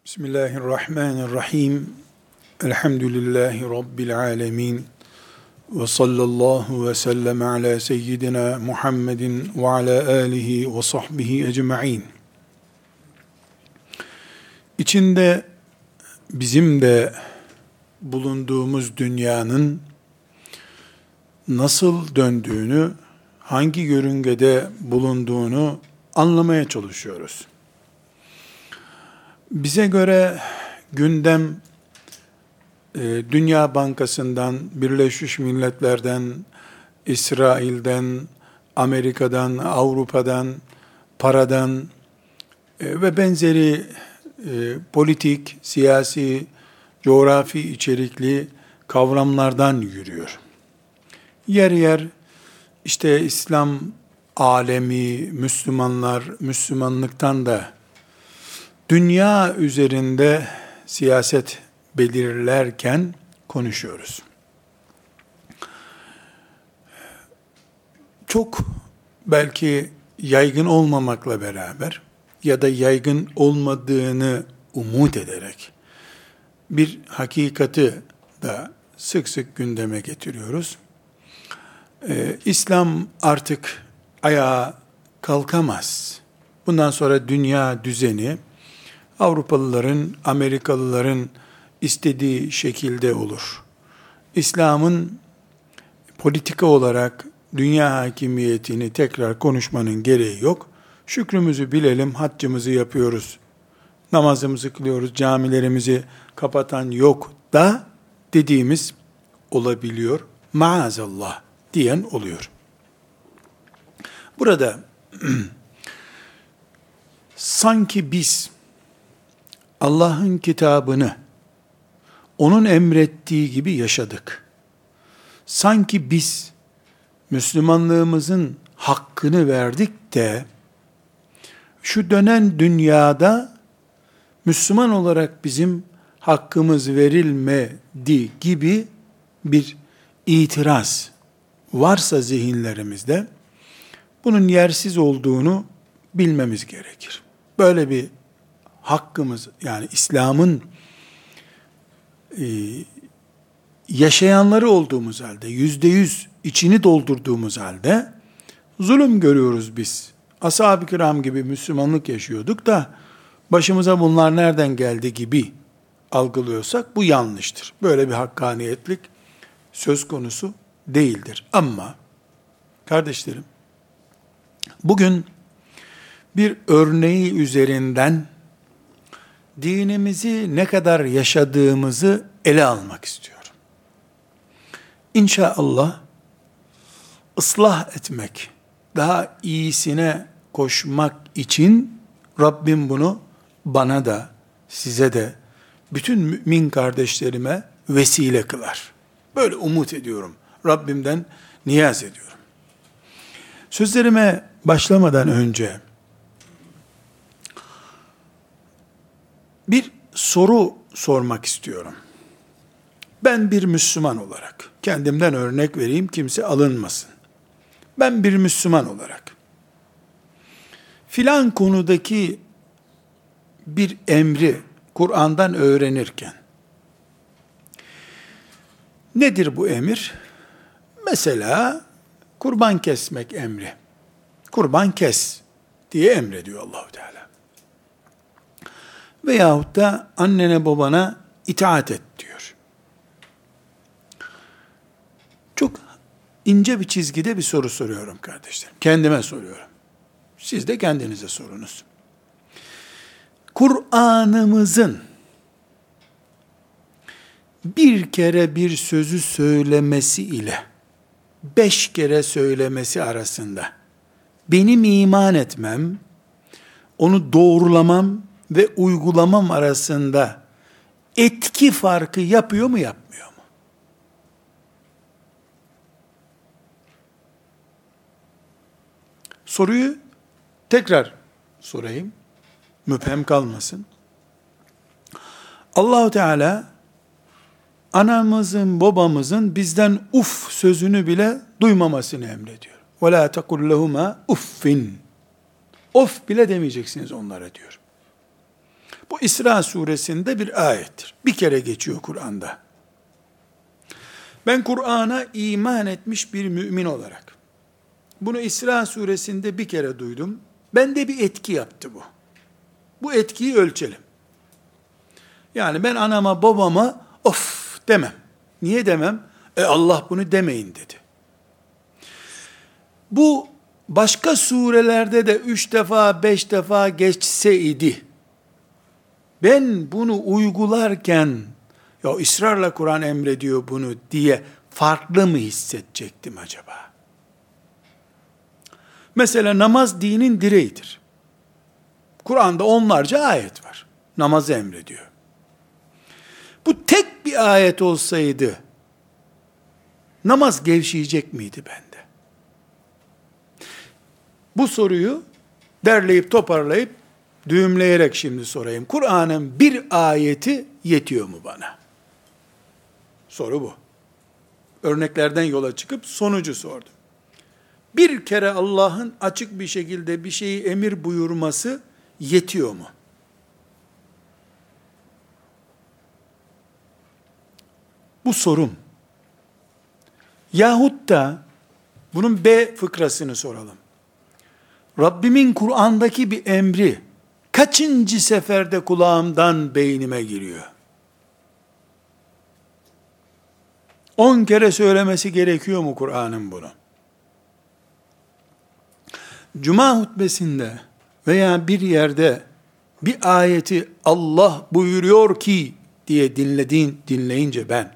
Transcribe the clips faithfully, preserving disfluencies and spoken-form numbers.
Bismillahirrahmanirrahim. Elhamdülillahi Rabbil alemin. Ve sallallahu ve sellem ala seyyidina Muhammedin ve ala alihi ve sahbihi ecma'in. İçinde bizim de bulunduğumuz dünyanın nasıl döndüğünü, hangi yörüngede bulunduğunu anlamaya çalışıyoruz. Bize göre gündem e, Dünya Bankası'ndan, Birleşmiş Milletler'den, İsrail'den, Amerika'dan, Avrupa'dan, paradan e, ve benzeri e, politik, siyasi, coğrafi içerikli kavramlardan yürüyor. Yer yer işte İslam alemi, Müslümanlar, Müslümanlıktan da dünya üzerinde siyaset belirlerken konuşuyoruz. Çok belki yaygın olmamakla beraber ya da yaygın olmadığını umut ederek bir hakikati da sık sık gündeme getiriyoruz. Ee, İslam artık ayağa kalkamaz. Bundan sonra dünya düzeni Avrupalıların, Amerikalıların istediği şekilde olur. İslam'ın politika olarak dünya hakimiyetini tekrar konuşmanın gereği yok. Şükrümüzü bilelim, haccımızı yapıyoruz, namazımızı kılıyoruz, camilerimizi kapatan yok da dediğimiz olabiliyor. Maazallah diyen oluyor. Burada sanki biz Allah'ın kitabını onun emrettiği gibi yaşadık. Sanki biz Müslümanlığımızın hakkını verdik de şu dönen dünyada Müslüman olarak bizim hakkımız verilmedi gibi bir itiraz varsa zihinlerimizde bunun yersiz olduğunu bilmemiz gerekir. Böyle bir hakkımız, yani İslam'ın e, yaşayanları olduğumuz halde, yüzde yüz içini doldurduğumuz halde zulüm görüyoruz biz. Ashab-ı kiram gibi Müslümanlık yaşıyorduk da başımıza bunlar nereden geldi gibi algılıyorsak bu yanlıştır. Böyle bir hakkaniyetlik söz konusu değildir. Ama kardeşlerim, bugün bir örneği üzerinden dinimizi ne kadar yaşadığımızı ele almak istiyorum. İnşallah ıslah etmek, daha iyisine koşmak için Rabbim bunu bana da, size de, bütün mümin kardeşlerime vesile kılar. Böyle umut ediyorum. Rabbimden niyaz ediyorum. Sözlerime başlamadan önce bir soru sormak istiyorum. Ben bir Müslüman olarak, kendimden örnek vereyim, kimse alınmasın. Ben bir Müslüman olarak, filan konudaki bir emri Kur'an'dan öğrenirken, nedir bu emir? Mesela kurban kesmek emri. Kurban kes diye emrediyor Allah-u Teala. Veyahut da annene babana itaat et diyor. Çok ince bir çizgide bir soru soruyorum kardeşlerim. Kendime soruyorum. Siz de kendinize sorunuz. Kur'an'ımızın bir kere bir sözü söylemesi ile beş kere söylemesi arasında benim iman etmem, onu doğrulamam ve uygulamam arasında etki farkı yapıyor mu, yapmıyor mu? Soruyu tekrar sorayım, müphem kalmasın. Allah-u Teala anamızın, babamızın bizden uf sözünü bile duymamasını emrediyor. وَلَا تَقُلْ لَهُمَا uffin. Of bile demeyeceksiniz onlara diyor. Bu İsra suresinde bir ayettir. Bir kere geçiyor Kur'an'da. Ben Kur'an'a iman etmiş bir mümin olarak, bunu İsra suresinde bir kere duydum. Bende bir etki yaptı bu. Bu etkiyi ölçelim. Yani ben anama babama of demem. Niye demem? E Allah bunu demeyin dedi. Bu başka surelerde de üç defa, beş defa geçseydi, ben bunu uygularken, ya ısrarla Kur'an emrediyor bunu diye farklı mı hissedecektim acaba? Mesela namaz dinin direğidir. Kur'an'da onlarca ayet var. Namazı emrediyor. Bu tek bir ayet olsaydı, namaz gevşeyecek miydi bende? Bu soruyu derleyip toparlayıp, düğümleyerek şimdi sorayım. Kur'an'ın bir ayeti yetiyor mu bana? Soru bu. Örneklerden yola çıkıp sonucu sordum. Bir kere Allah'ın açık bir şekilde bir şeyi emir buyurması yetiyor mu? Bu sorum. Yahut da bunun B fıkrasını soralım. Rabbimin Kur'an'daki bir emri kaçıncı seferde kulağımdan beynime giriyor? On kere söylemesi gerekiyor mu Kur'an'ın bunu? Cuma hutbesinde veya bir yerde bir ayeti Allah buyuruyor ki diye dinlediğin, dinleyince ben,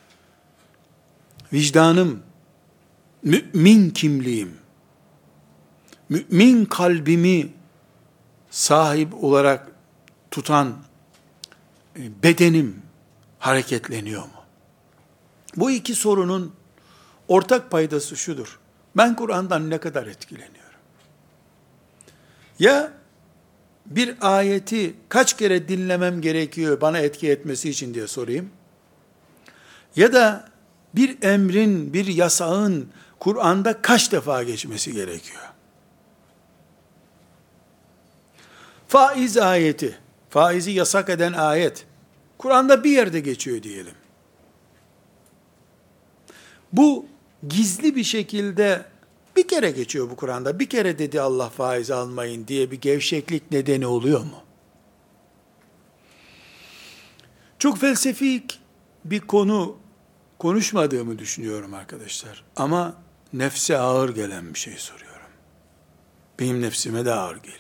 vicdanım, mümin kimliğim, mümin kalbimi sahip olarak tutan bedenim hareketleniyor mu? Bu iki sorunun ortak paydası şudur. Ben Kur'an'dan ne kadar etkileniyorum? Ya bir ayeti kaç kere dinlemem gerekiyor bana etki etmesi için diye sorayım. Ya da bir emrin, bir yasağın Kur'an'da kaç defa geçmesi gerekiyor? Faiz ayeti, faizi yasak eden ayet, Kur'an'da bir yerde geçiyor diyelim. Bu gizli bir şekilde bir kere geçiyor bu Kur'an'da, bir kere dedi Allah faiz almayın diye bir gevşeklik nedeni oluyor mu? Çok felsefik bir konu konuşmadığımı düşünüyorum arkadaşlar. Ama nefse ağır gelen bir şey soruyorum. Benim nefsime de ağır geliyor.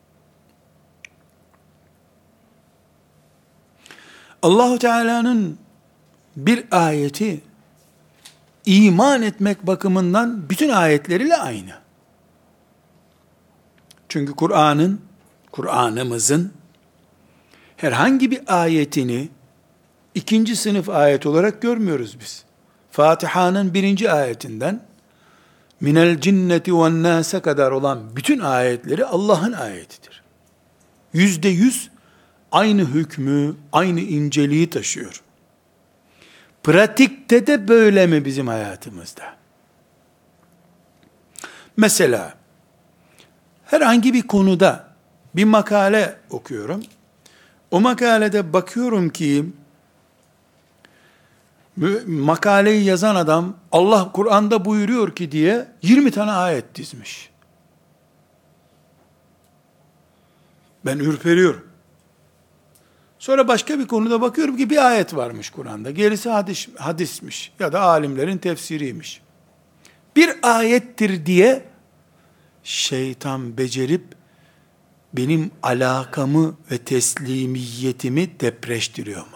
Allahu Teala'nın bir ayeti iman etmek bakımından bütün ayetleriyle aynı. Çünkü Kur'an'ın, Kur'an'ımızın herhangi bir ayetini ikinci sınıf ayet olarak görmüyoruz biz. Fatiha'nın birinci ayetinden minel cinneti ve nâse kadar olan bütün ayetleri Allah'ın ayetidir. Yüzde yüz aynı hükmü, aynı inceliği taşıyor. Pratikte de böyle mi bizim hayatımızda? Mesela herhangi bir konuda bir makale okuyorum. O makalede bakıyorum ki makaleyi yazan adam Allah Kur'an'da buyuruyor ki diye yirmi tane ayet dizmiş. Ben ürperiyorum. Sonra başka bir konuda bakıyorum ki bir ayet varmış Kur'an'da. Gerisi hadis, hadismiş ya da alimlerin tefsiriymiş. Bir ayettir diye şeytan becerip benim alakamı ve teslimiyetimi depreştiriyor mu?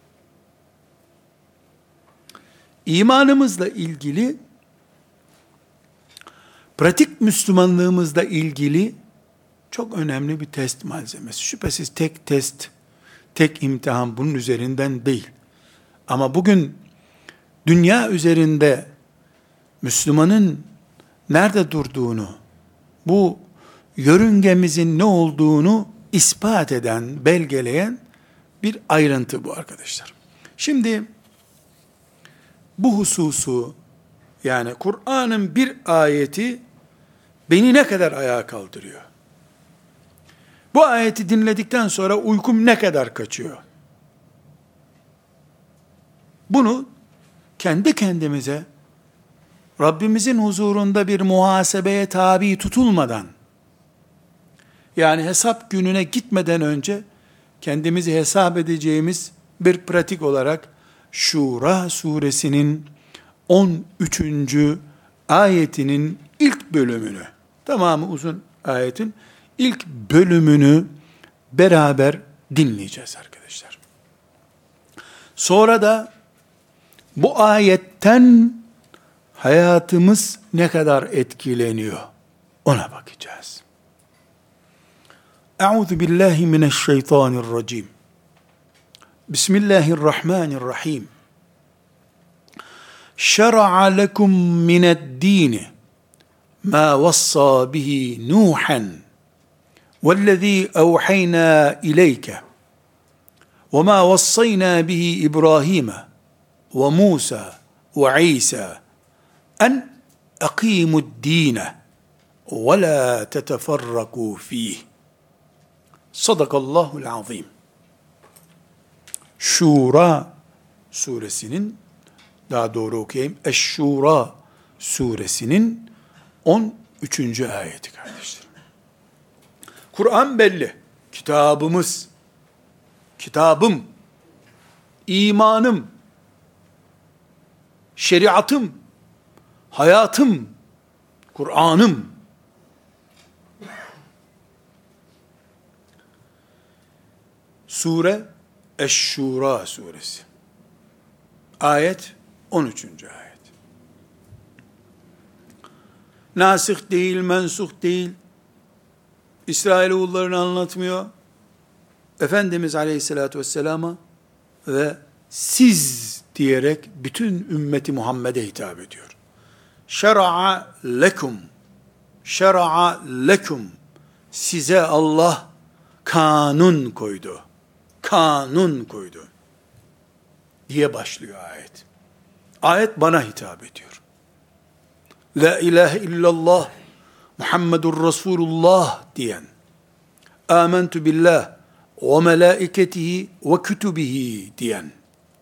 İmanımızla ilgili, pratik Müslümanlığımızla ilgili çok önemli bir test malzemesi. Şüphesiz tek test, tek imtihan bunun üzerinden değil. Ama bugün dünya üzerinde Müslümanın nerede durduğunu, bu yörüngemizin ne olduğunu ispat eden, belgeleyen bir ayrıntı bu arkadaşlar. Şimdi bu hususu, yani Kur'an'ın bir ayeti beni ne kadar ayağa kaldırıyor? Bu ayeti dinledikten sonra uykum ne kadar kaçıyor? Bunu kendi kendimize, Rabbimizin huzurunda bir muhasebeye tabi tutulmadan, yani hesap gününe gitmeden önce kendimizi hesap edeceğimiz bir pratik olarak Şura suresinin on üçüncü ayetinin ilk bölümünü, tamamı uzun ayetin ilk bölümünü beraber dinleyeceğiz arkadaşlar. Sonra da bu ayetten hayatımız ne kadar etkileniyor ona bakacağız. Euzu billahi mineşşeytanirracim. Bismillahirrahmanirrahim. Şer'a lekum mined-din ma vassa bihi Nuhan vellezî evhaynâ ileyke ve ma vassayna bihi İbrahim ve Musa ve İsa en akîmu'd-dîne ve la teteferrakû fîh. Sadakallahul azim. Şura suresinin, daha doğru okuyayım, Eş-Şura suresinin on üçüncü ayeti kardeşlerim. Kur'an belli. Kitabımız, kitabım, imanım, şeriatım, hayatım, Kur'an'ım. Sure Eş-Şura suresi. Ayet on üçüncü ayet. Nasih değil, mensuh değil. İsrailoğullarını anlatmıyor. Efendimiz Aleyhisselatü Vesselam'a ve siz diyerek bütün ümmeti Muhammed'e hitap ediyor. Şer'a lekum, şer'a lekum, size Allah kanun koydu. Kanun koydu diye başlıyor ayet. Ayet bana hitap ediyor. La ilahe illallah Muhammedur Resulullah diyen, amentu billah ve melaiketihi ve kütübihi diyen,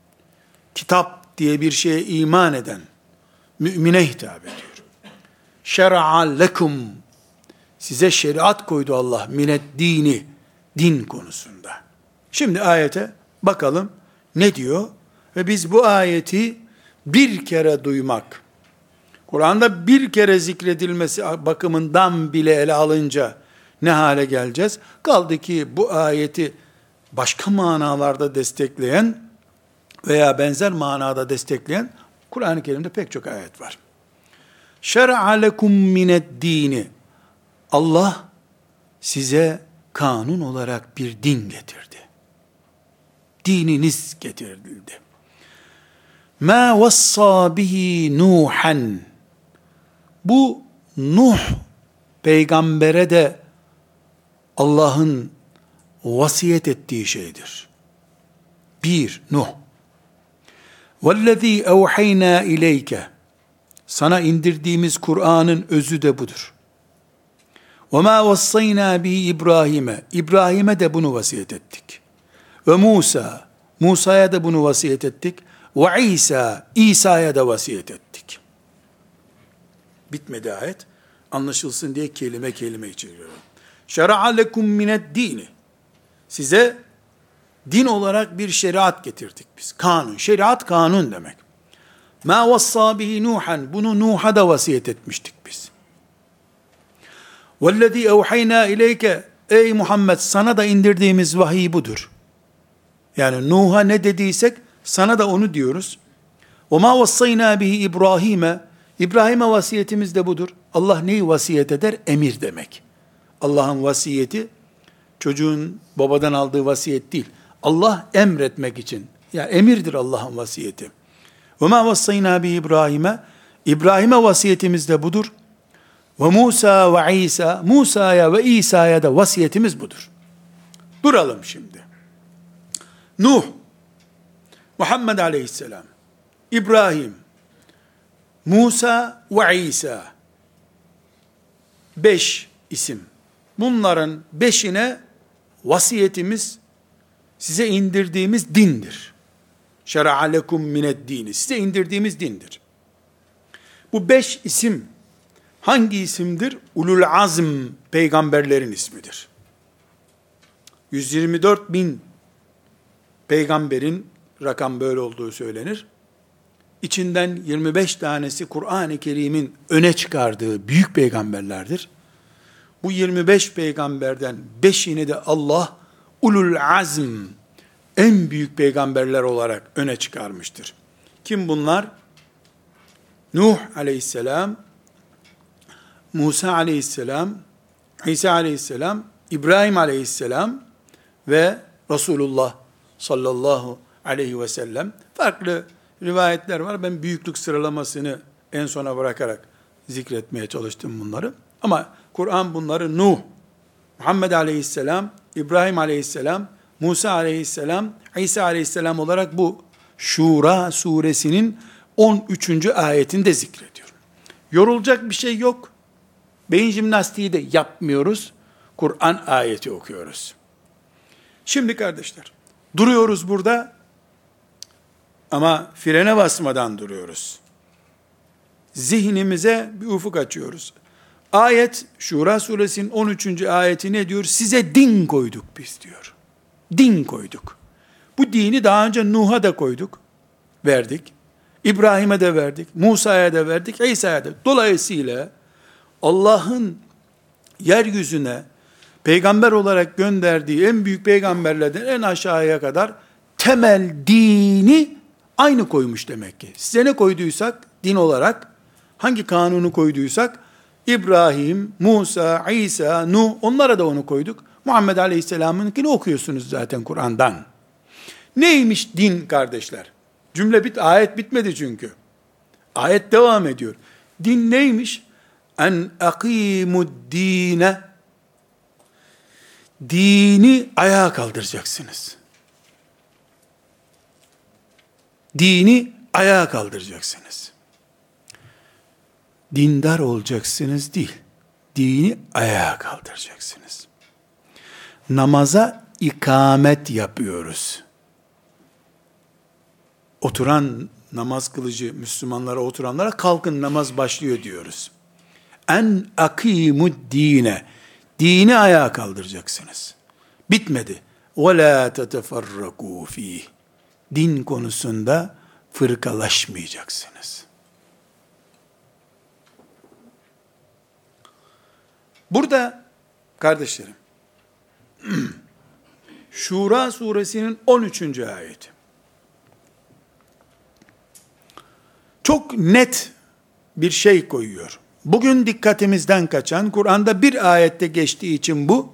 kitap diye bir şeye iman eden mümine hitap ediyor. Şer'a lekum, size şeriat koydu Allah, minet dini, din konusunda. Şimdi ayete bakalım ne diyor? Ve biz bu ayeti bir kere duymak, Kur'an'da bir kere zikredilmesi bakımından bile ele alınca ne hale geleceğiz? Kaldı ki bu ayeti başka manalarda destekleyen veya benzer manada destekleyen Kur'an-ı Kerim'de pek çok ayet var. Şer'a lekum mined-dini, Allah size kanun olarak bir din getirdi. Dininiz getirildi. Ma vassa bihi Nuhan, bu Nuh peygambere de Allah'ın vasiyet ettiği şeydir. Bir, Nuh. Vellezî evhaynâ ileyke, sana indirdiğimiz Kur'an'ın özü de budur. Ve mâ vassaynâ bihi İbrahim'e, İbrahim'e de bunu vasiyet ettik. Ve Musa, Musa'ya da bunu vasiyet ettik. Ve İsa, İsa'ya da vasiyet ettik. Bitmedi ayet. Anlaşılsın diye kelime kelime içeriyorum. Şer'a lekum mined-dini, size din olarak bir şeriat getirdik biz. Kanun, şeriat kanun demek. Ma vassa bihi Nuhan, bunu Nuh'a da vasiyet etmiştik biz. Vellezî evhaynâ ileyke, ey Muhammed sana da indirdiğimiz vahiy budur. Yani Nuh'a ne dediysek sana da onu diyoruz. Ve ma vassaynâ bihi İbrahim'e, İbrahim'e vasiyetimiz de budur. Allah neyi vasiyet eder? Emir demek. Allah'ın vasiyeti çocuğun babadan aldığı vasiyet değil. Allah emretmek için. Ya emirdir Allah'ın vasiyeti. Ve ma vassayna bi İbrahim'e, İbrahim'e vasiyetimiz de budur. Ve Musa ve İsa, Musa'ya ve İsa'ya da vasiyetimiz budur. Duralım şimdi. Nuh, Muhammed Aleyhisselam, İbrahim, Musa ve İsa. Beş isim. Bunların beşine vasiyetimiz size indirdiğimiz dindir. Şer'a lekum mined dini. Size indirdiğimiz dindir. Bu beş isim hangi isimdir? Ulul azm peygamberlerin ismidir. yüz yirmi dört bin peygamberin, rakam böyle olduğu söylenir. İçinden yirmi beş tanesi Kur'an-ı Kerim'in öne çıkardığı büyük peygamberlerdir. Bu yirmi beş peygamberden beşini de Allah ulul azm, en büyük peygamberler olarak öne çıkarmıştır. Kim bunlar? Nuh aleyhisselam, Musa aleyhisselam, İsa aleyhisselam, İbrahim aleyhisselam ve Resulullah sallallahu aleyhi ve sellem. Farklı rivayetler var. Ben büyüklük sıralamasını en sona bırakarak zikretmeye çalıştım bunları. Ama Kur'an bunları Nuh, Muhammed aleyhisselam, İbrahim aleyhisselam, Musa aleyhisselam, İsa aleyhisselam olarak bu Şura suresinin on üçüncü ayetinde zikrediyor. Yorulacak bir şey yok. Beyin jimnastiği de yapmıyoruz. Kur'an ayeti okuyoruz. Şimdi kardeşler, duruyoruz burada ama frene basmadan duruyoruz. Zihnimize bir ufuk açıyoruz. Ayet, Şura suresinin on üçüncü ayeti ne diyor? Size din koyduk biz diyor. Din koyduk. Bu dini daha önce Nuh'a da koyduk, verdik. İbrahim'e de verdik, Musa'ya da verdik, İsa'ya da. Dolayısıyla Allah'ın yeryüzüne peygamber olarak gönderdiği en büyük peygamberlerden en aşağıya kadar temel dini aynı koymuş demek ki. Size ne koyduysak din olarak, hangi kanunu koyduysak İbrahim, Musa, İsa, Nuh, onlara da onu koyduk. Muhammed Aleyhisselam'ınkini okuyorsunuz zaten Kur'an'dan. Neymiş din kardeşler? Cümle bit, ayet bitmedi çünkü. Ayet devam ediyor. Din neymiş? En akimud dine. Dini ayağa kaldıracaksınız. Dini ayağa kaldıracaksınız. Dindar olacaksınız değil. Dini ayağa kaldıracaksınız. Namaza ikamet yapıyoruz. Oturan namaz kılıcı Müslümanlara, oturanlara kalkın namaz başlıyor diyoruz. En akimud dine. Dini ayağa kaldıracaksınız. Bitmedi. Ve la teteferrakû fîh. Din konusunda fırkalaşmayacaksınız. Burada kardeşlerim, Şura suresinin on üçüncü ayeti. Çok net bir şey koyuyor. Bugün dikkatimizden kaçan, Kur'an'da bir ayette geçtiği için bu,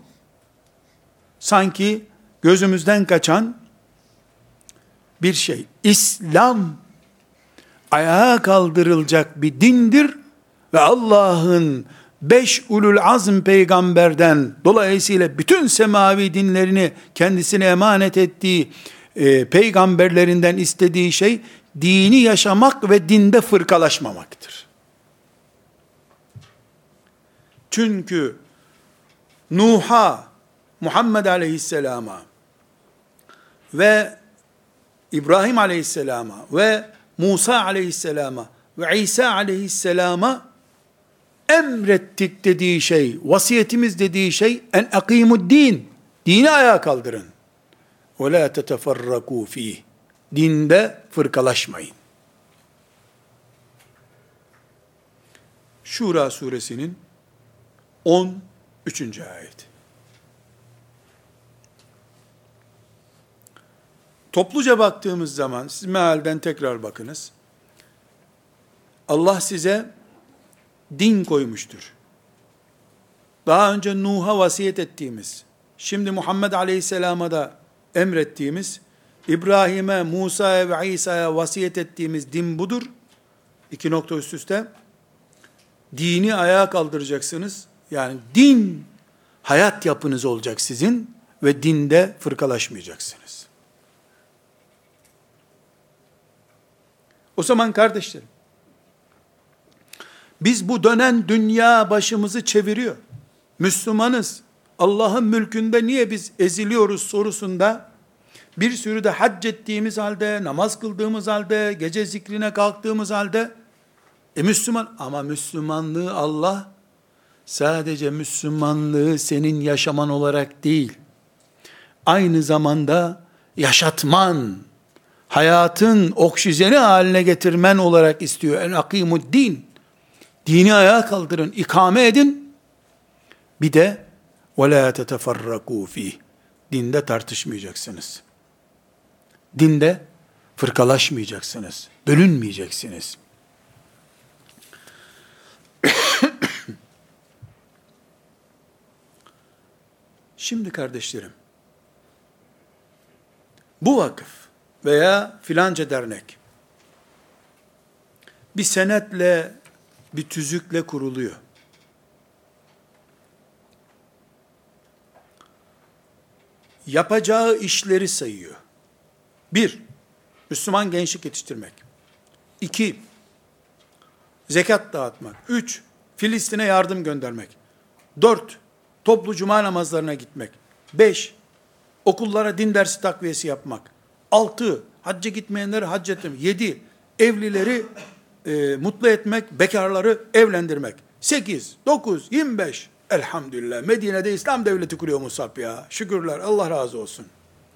sanki gözümüzden kaçan bir şey. İslam ayağa kaldırılacak bir dindir ve Allah'ın beş ulul azm peygamberden, dolayısıyla bütün semavi dinlerini kendisine emanet ettiği e, peygamberlerinden istediği şey, dini yaşamak ve dinde fırkalaşmamaktır. Çünkü Nuh'a, Muhammed aleyhisselama ve İbrahim aleyhisselama ve Musa aleyhisselama ve İsa aleyhisselama emrettik dediği şey, vasiyetimiz dediği şey, en akimud din, dini ayağa kaldırın. Ve la teteferrakû fîh, dinde fırkalaşmayın. Şura suresinin on üçüncü ayet. Topluca baktığımız zaman, siz mealden tekrar bakınız. Allah size din koymuştur. Daha önce Nuh'a vasiyet ettiğimiz, şimdi Muhammed Aleyhisselam'a da emrettiğimiz, İbrahim'e, Musa'ya ve İsa'ya vasiyet ettiğimiz din budur. İki nokta üst üste. Dini ayağa kaldıracaksınız. Yani din hayat yapınız olacak sizin ve dinde fırkalaşmayacaksınız. O zaman kardeşlerim, biz bu dönen dünya başımızı çeviriyor. Müslümanız. Allah'ın mülkünde niye biz eziliyoruz sorusunda, bir sürü de hac ettiğimiz halde, namaz kıldığımız halde, gece zikrine kalktığımız halde, e Müslüman, ama Müslümanlığı Allah, sadece Müslümanlığı senin yaşaman olarak değil, aynı zamanda yaşatman, hayatın oksijeni haline getirmen olarak istiyor. En akimud din. Dini ayağa kaldırın, ikame edin. Bir de وَلَا تَتَفَرَّقُوا ف۪يهِ. Dinde tartışmayacaksınız. Dinde fırkalaşmayacaksınız. Bölünmeyeceksiniz. Şimdi kardeşlerim, bu vakıf veya filanca dernek bir senetle, bir tüzükle kuruluyor. Yapacağı işleri sayıyor. Bir, Müslüman gençlik yetiştirmek. İki, zekat dağıtmak. Üç, Filistin'e yardım göndermek. Dört, toplu cuma namazlarına gitmek. Beş, okullara din dersi takviyesi yapmak. Altı, hacca gitmeyenleri hac ettirmek. Yedi, evlileri e, mutlu etmek, bekarları evlendirmek. Sekiz, dokuz, yirmi beş. Elhamdülillah. Medine'de İslam devleti kuruyor Musab ya. Şükürler. Allah razı olsun.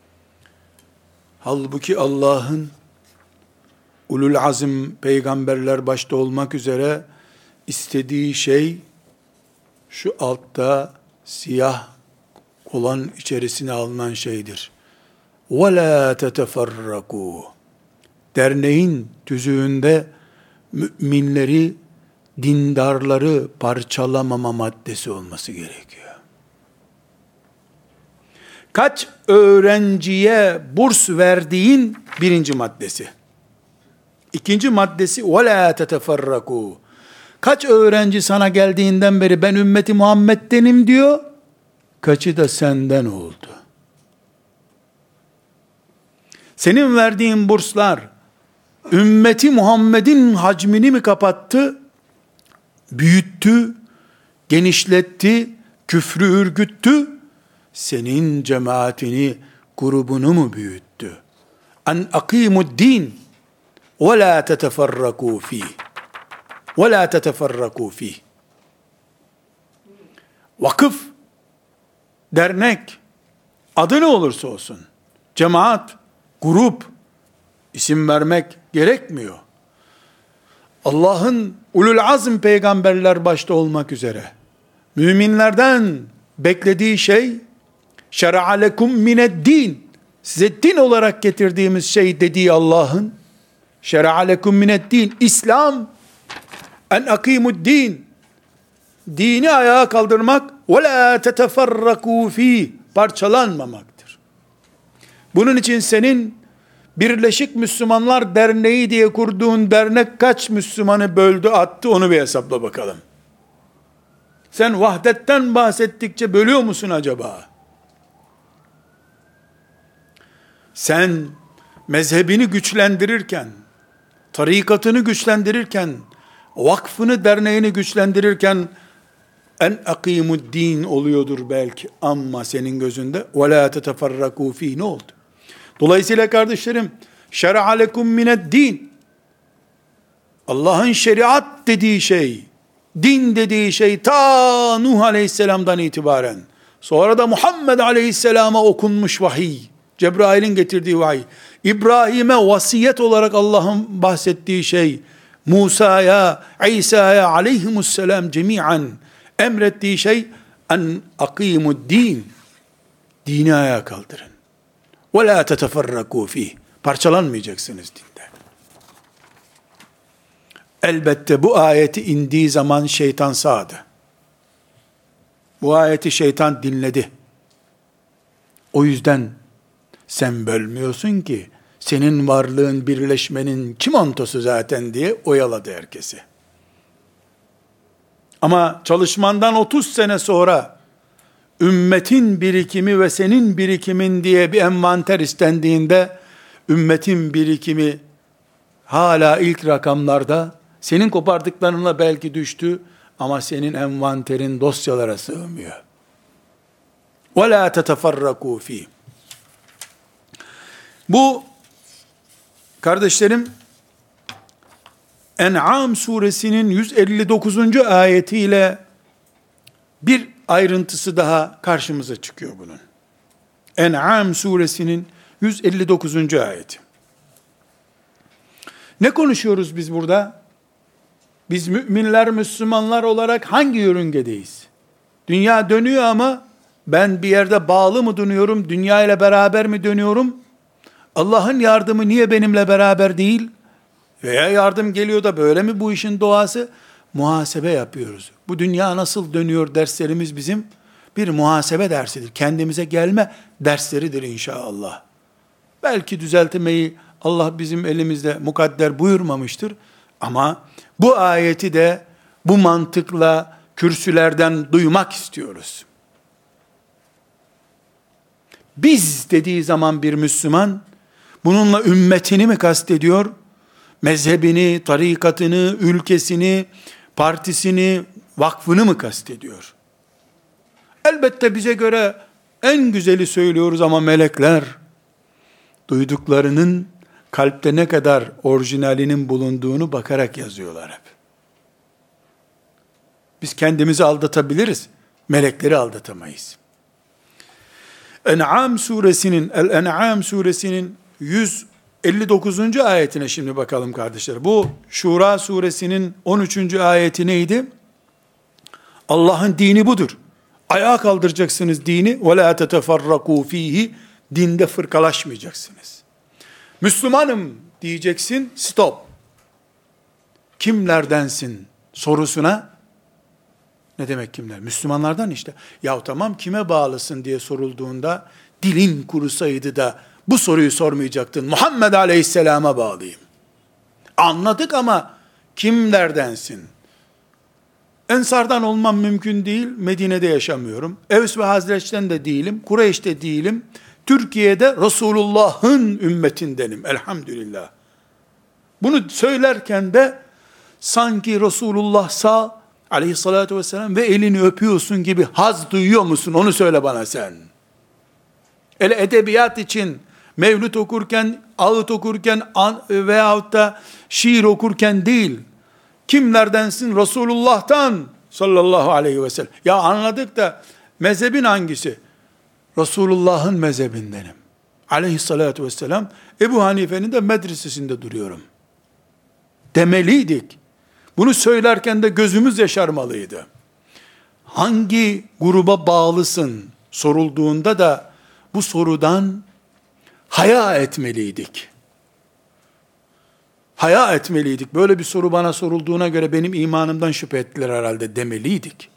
Halbuki Allah'ın ulul azim peygamberler başta olmak üzere istediği şey şu altta siyah olan içerisine alınan şeydir. وَلَا تَتَفَرَّقُوا. Derneğin tüzüğünde müminleri, dindarları parçalamama maddesi olması gerekiyor. Kaç öğrenciye burs verdiğin birinci maddesi. İkinci maddesi وَلَا تَتَفَرَّقُوا. Kaç öğrenci sana geldiğinden beri ben ümmeti Muhammed'denim diyor, kaçı da senden oldu. Senin verdiğin burslar ümmeti Muhammed'in hacmini mi kapattı, büyüttü, genişletti, küfrü ürgüttü, senin cemaatini, grubunu mu büyüttü? En akimud din ve la teteferrakû fîh ve la teteferrakû fîh. Vakıf, dernek, adı ne olursa olsun, cemaat, grup, isim vermek gerekmiyor. Allah'ın ulul azm peygamberler başta olmak üzere müminlerden beklediği şey şer'a lekum mined din, size din olarak getirdiğimiz şey dediği Allah'ın şer'a lekum mined din, İslam, en akimud din, dini ayağa kaldırmak ve la teteferrakû fîh, parçalanmamaktır. Bunun için senin Birleşik Müslümanlar Derneği diye kurduğun dernek kaç Müslümanı böldü attı, onu bir hesapla bakalım. Sen vahdetten bahsettikçe bölüyor musun acaba? Sen mezhebini güçlendirirken, tarikatını güçlendirirken, vakfını, derneğini güçlendirirken en akimud din oluyordur belki, ama senin gözünde وَلَا تَتَفَرَّقُوا ف۪ي ne oldu? Dolayısıyla kardeşlerim, şer'a lekum mined din, Allah'ın şeriat dediği şey, din dediği şey ta Nuh aleyhisselamdan itibaren, sonra da Muhammed aleyhisselama okunmuş vahiy, Cebrail'in getirdiği vahiy, İbrahim'e vasiyet olarak Allah'ın bahsettiği şey, Musa'ya, İsa'ya aleyhimusselam cemiyen emrettiği şey, en akimud din, dini ayağa kaldırın. وَلَا تَتَفَرَّقُوا ف۪يهِ. Parçalanmayacaksınız dinde. Elbette bu ayeti indiği zaman şeytan sağdı. Bu ayeti şeytan dinledi. O yüzden sen bölmüyorsun ki, senin varlığın, birleşmenin çimentosu zaten diye oyaladı herkesi. Ama çalışmandan otuz sene sonra ümmetin birikimi ve senin birikimin diye bir envanter istendiğinde, ümmetin birikimi hala ilk rakamlarda, senin kopardıklarınla belki düştü, ama senin envanterin dosyalara sığmıyor. وَلَا تَتَفَرَّقُوا ف۪يهِ. Bu kardeşlerim, En'am suresinin yüz elli dokuzuncu ayetiyle bir ayrıntısı daha karşımıza çıkıyor bunun. En'am suresinin yüz elli dokuzuncu ayeti. Ne konuşuyoruz biz burada? Biz müminler, Müslümanlar olarak hangi yörüngedeyiz? Dünya dönüyor ama ben bir yerde bağlı mı dönüyorum? Dünya ile beraber mi dönüyorum? Allah'ın yardımı niye benimle beraber değil? Veya yardım geliyor da böyle mi bu işin doğası? Muhasebe yapıyoruz. Bu dünya nasıl dönüyor derslerimiz bizim bir muhasebe dersidir. Kendimize gelme dersleridir inşallah. Belki düzeltmeyi Allah bizim elimizde mukadder buyurmamıştır. Ama bu ayeti de bu mantıkla kürsülerden duymak istiyoruz. Biz dediği zaman bir Müslüman, bununla ümmetini mi kastediyor? Mezhebini, tarikatını, ülkesini, partisini, vakfını mı kastediyor? Elbette bize göre en güzeli söylüyoruz ama melekler, duyduklarının kalpte ne kadar orijinalinin bulunduğunu bakarak yazıyorlar hep. Biz kendimizi aldatabiliriz, melekleri aldatamayız. En'am suresinin, El-En'am suresinin yüz elli dokuzuncu ayetine şimdi bakalım kardeşler. Bu Şura suresinin on üçüncü ayeti neydi? Allah'ın dini budur. Ayağa kaldıracaksınız dini. وَلَا تَتَفَرَّقُوا ف۪يهِ. Dinde fırkalaşmayacaksınız. Müslümanım diyeceksin, stop. Kimlerdensin sorusuna, ne demek kimler? Müslümanlardan işte. Ya tamam, kime bağlısın diye sorulduğunda, dilin kurusaydı da bu soruyu sormayacaktın. Muhammed Aleyhisselam'a bağlıyım. Anladık ama kimlerdensin? Ensardan olmam mümkün değil. Medine'de yaşamıyorum. Evs ve Hazreç'ten de değilim. Kureyş'te değilim. Türkiye'de Resulullah'ın ümmetindenim. Elhamdülillah. Bunu söylerken de sanki Resulullah sağ aleyhissalatü vesselam ve elini öpüyorsun gibi haz duyuyor musun? Onu söyle bana sen. Ele edebiyat için mevlüt okurken, ağıt okurken veyahut da şiir okurken değil. Kimlerdensin? Resulullah'tan sallallahu aleyhi ve sellem. Ya anladık da mezhebin hangisi? Resulullah'ın mezhebindenim. Aleyhissalatü vesselam. Ebu Hanife'nin de medresesinde duruyorum. Demeliydik. Bunu söylerken de gözümüz yaşarmalıydı. Hangi gruba bağlısın sorulduğunda da bu sorudan haya etmeliydik. Haya etmeliydik. Böyle bir soru bana sorulduğuna göre benim imanımdan şüphe ettiler herhalde demeliydik.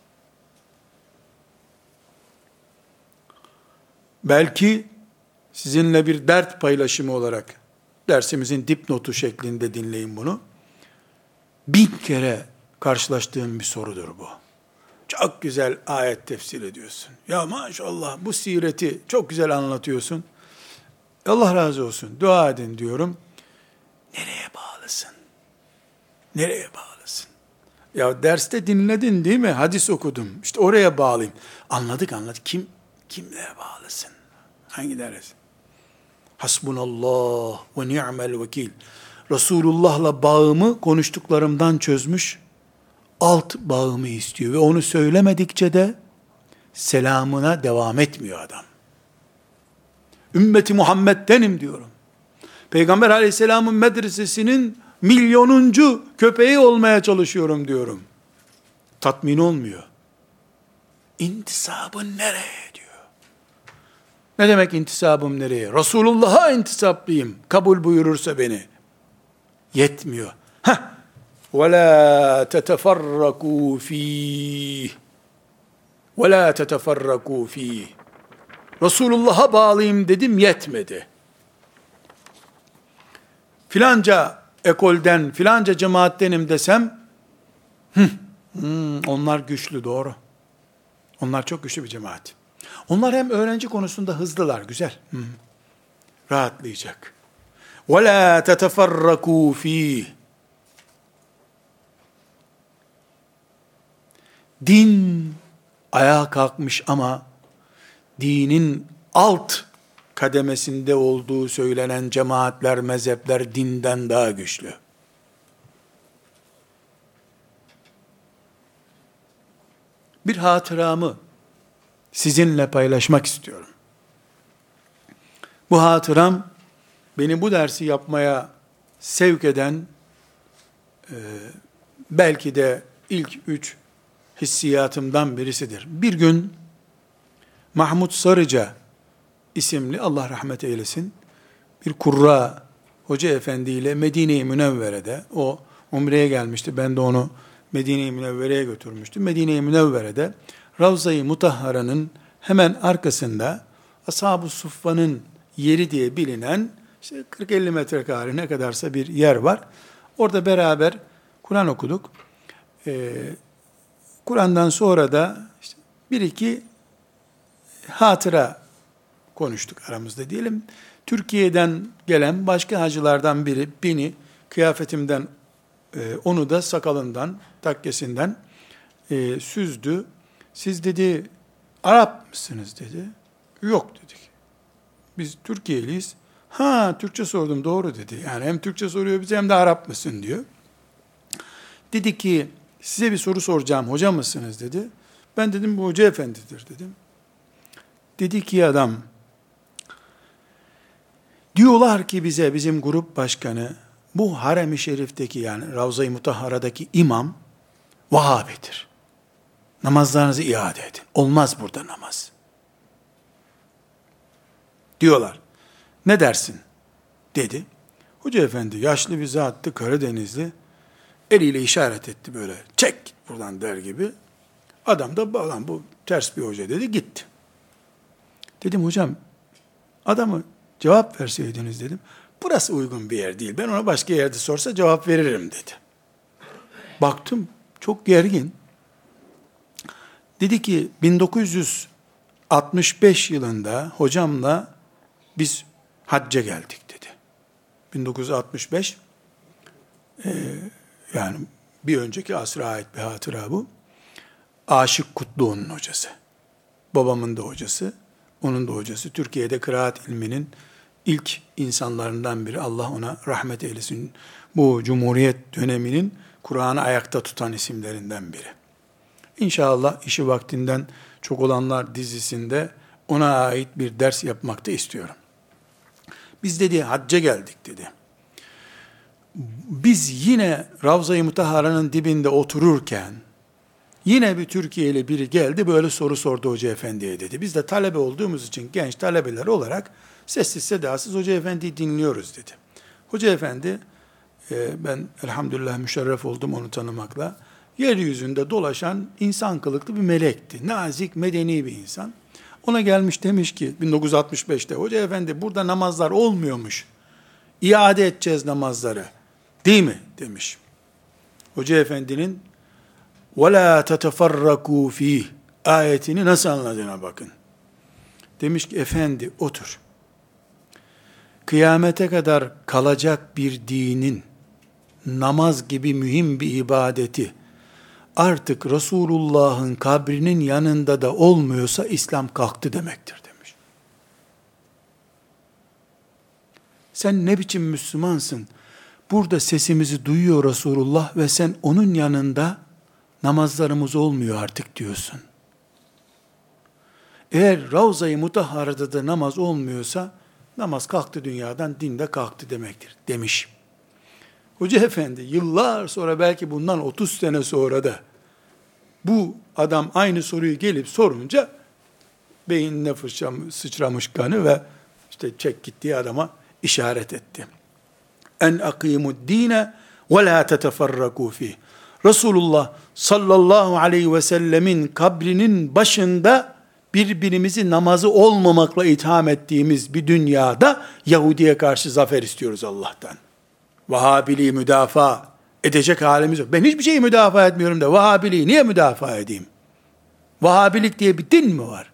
Belki sizinle bir dert paylaşımı olarak dersimizin dipnotu şeklinde dinleyin bunu. Bin kere karşılaştığım bir sorudur bu. Çok güzel ayet tefsir ediyorsun. Ya maşallah bu sireti çok güzel anlatıyorsun. Allah razı olsun. Dua edin diyorum. Nereye bağlısın? Nereye bağlısın? Ya derste dinledin değil mi? Hadis okudum. İşte oraya bağlayayım. Anladık anladık. Kim kimlere bağlısın? Hangi ders? Hasbunallah ve ni'mel vekil. Resulullah'la bağımı konuştuklarımdan çözmüş, alt bağımı istiyor ve onu söylemedikçe de selamına devam etmiyor adam. Ümmeti Muhammed'denim diyorum. Peygamber aleyhisselamın medresesinin milyonuncu köpeği olmaya çalışıyorum diyorum. Tatmin olmuyor. İntisabın nereye diyor. Ne demek intisabım nereye? Resulullah'a intisaplıyım. Kabul buyurursa beni. Yetmiyor. Heh. وَلَا تَتَفَرَّقُوا ف۪يهِ وَلَا تَتَفَرَّقُوا ف۪يهِ Resulullah'a bağlıyım dedim, yetmedi. Filanca ekolden, filanca cemaattenim desem, hı, hmm, onlar güçlü, doğru. Onlar çok güçlü bir cemaat. Onlar hem öğrenci konusunda hızlılar, güzel. Hı, rahatlayacak. وَلَا تَتَفَرَّقُوا ف۪يهِ Din ayağa kalkmış ama dinin alt kademesinde olduğu söylenen cemaatler, mezhepler dinden daha güçlü. Bir hatıramı sizinle paylaşmak istiyorum. Bu hatıram beni bu dersi yapmaya sevk eden e, belki de ilk üç hissiyatımdan birisidir. Bir gün Mahmud Sarıca isimli, Allah rahmet eylesin, bir kurra hoca efendi ile Medine-i Münevvere'de, o umreye gelmişti, ben de onu Medine-i Münevvere'ye götürmüştüm. Medine-i Münevvere'de Ravza-i Mutahhara'nın hemen arkasında Ashab-ı Suffa'nın yeri diye bilinen işte kırk elli metrekare ne kadarsa bir yer var. Orada beraber Kur'an okuduk. Ee, Kur'an'dan sonra da işte bir iki hatıra konuştuk aramızda diyelim. Türkiye'den gelen başka hacılardan biri beni kıyafetimden, e, onu da sakalından, takkesinden e, süzdü. Siz dedi Arap mısınız dedi. Yok dedik. Biz Türkiye'liyiz. Ha, Türkçe sordum, doğru dedi. Yani hem Türkçe soruyor bize hem de Arap mısın diyor. Dedi ki size bir soru soracağım, hoca mısınız dedi. Ben dedim bu hoca efendidir dedim. Dedi ki adam, diyorlar ki bize bizim grup başkanı, bu harem-i şerifteki yani Ravza-i Mutahhara'daki imam Vahabidir. Namazlarınızı iade edin. Olmaz burada namaz. Diyorlar. Ne dersin? Dedi. Hoca efendi yaşlı bir zattı, Karadenizli. Eliyle işaret etti böyle. Çek buradan der gibi. Adam da lan bu ters bir hoca dedi, gitti. Dedim hocam adamı cevap verseydiniz dedim. Burası uygun bir yer değil. Ben ona başka yerde sorsa cevap veririm dedi. Baktım çok gergin. Dedi ki bin dokuz yüz altmış beş yılında hocamla biz hacca geldik dedi. bin dokuz yüz altmış beş e, yani bir önceki asra ait bir hatıra bu. Aşık Kutluoğlu'nun hocası. Babamın da hocası. Onun da hocası. Türkiye'de kıraat ilminin ilk insanlarından biri. Allah ona rahmet eylesin. Bu Cumhuriyet döneminin Kur'an'ı ayakta tutan isimlerinden biri. İnşallah işi vaktinden çok olanlar dizisinde ona ait bir ders yapmakta istiyorum. Biz dedi hacca geldik dedi. Biz yine Ravza-i Mutahhara'nın dibinde otururken yine bir Türkiye'li biri geldi böyle soru sordu hoca efendiye dedi. Biz de talebe olduğumuz için genç talebeler olarak sessiz sedasız hoca efendiyi dinliyoruz dedi. Hoca efendi e, ben elhamdülillah müşerref oldum onu tanımakla. Yeryüzünde dolaşan insan kılıklı bir melekti. Nazik, medeni bir insan. Ona gelmiş demiş ki bin dokuz yüz altmış beşte hoca efendi burada namazlar olmuyormuş. İade edeceğiz namazları. Değil mi? Demiş. Hoca efendinin وَلَا تَتَفَرَّكُوا ف۪يهِ ayetini nasıl anladığına bakın. Demiş ki efendi otur. Kıyamete kadar kalacak bir dinin namaz gibi mühim bir ibadeti artık Resulullah'ın kabrinin yanında da olmuyorsa İslam kalktı demektir demiş. Sen ne biçim Müslümansın? Burada sesimizi duyuyor Resulullah ve sen onun yanında namazlarımız olmuyor artık diyorsun. Eğer Ravza-i Mutahhara'da da namaz olmuyorsa namaz kalktı dünyadan, din de kalktı demektir demiş. Hoca efendi yıllar sonra belki bundan otuz sene sonra da bu adam aynı soruyu gelip sorunca beynine fırçam, sıçramış kanı ve işte çek gittiği adama işaret etti. En akimud dine ve la teteferraku fih. Resulullah sallallahu aleyhi ve sellemin kabrinin başında birbirimizi namazı olmamakla itham ettiğimiz bir dünyada Yahudi'ye karşı zafer istiyoruz Allah'tan. Vahabiliği müdafaa edecek halimiz yok. Ben hiçbir şeyi müdafaa etmiyorum da Vahabiliği niye müdafaa edeyim? Vahabilik diye bir din mi var?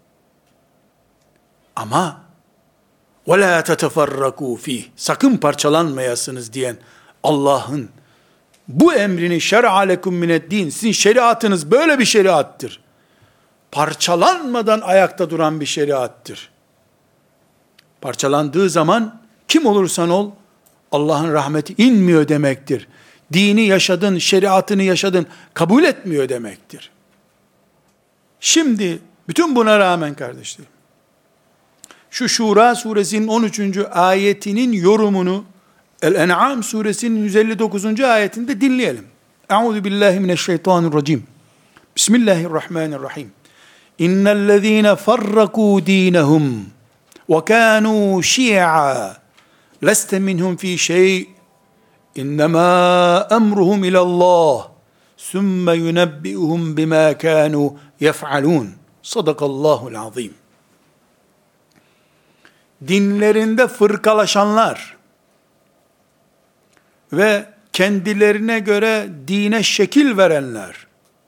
Ama وَلَا تَتَفَرَّكُوا ف۪يهِ sakın parçalanmayasınız diyen Allah'ın bu emrini şer'a lekum mined din, sizin şeriatınız böyle bir şeriattır. parçalanmadan ayakta duran bir şeriattır. Parçalandığı zaman kim olursan ol, Allah'ın rahmeti inmiyor demektir. Dini yaşadın, şeriatını yaşadın, kabul etmiyor demektir. Şimdi bütün buna rağmen kardeşlerim, şu Şura suresinin on üçüncü ayetinin yorumunu El-En'am suresinin yüz elli dokuzuncu ayetinde dinleyelim. Euzu billahi mineşşeytanirracim. Bismillahirrahmanirrahim. İnnellezîne farrakû dînehum ve kânû şi'a leste minhum fî şey' innemâ emruhum ilallah sümme yunebbi'uhum bimâ kânû yef'alûn. Sadakallâhu'l azîm. Dinlerinde fırkalaşanlar ve kendilerine göre dine şekil verenler,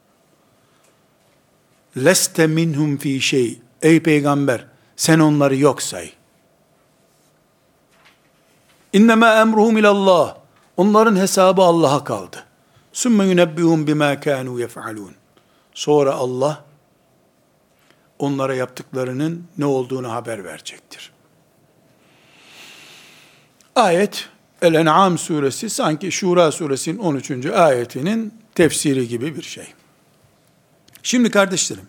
leste minhum fi şey, ey peygamber sen onları yok say. İnnemâ emruhum ilallah, onların hesabı Allah'a kaldı. Sümme yunebbihum bimâ kânû yef'alûn. Sonra Allah onlara yaptıklarının ne olduğunu haber verecektir. Ayet El-En'am suresi sanki Şura suresinin on üçüncü ayetinin tefsiri gibi bir şey. Şimdi kardeşlerim,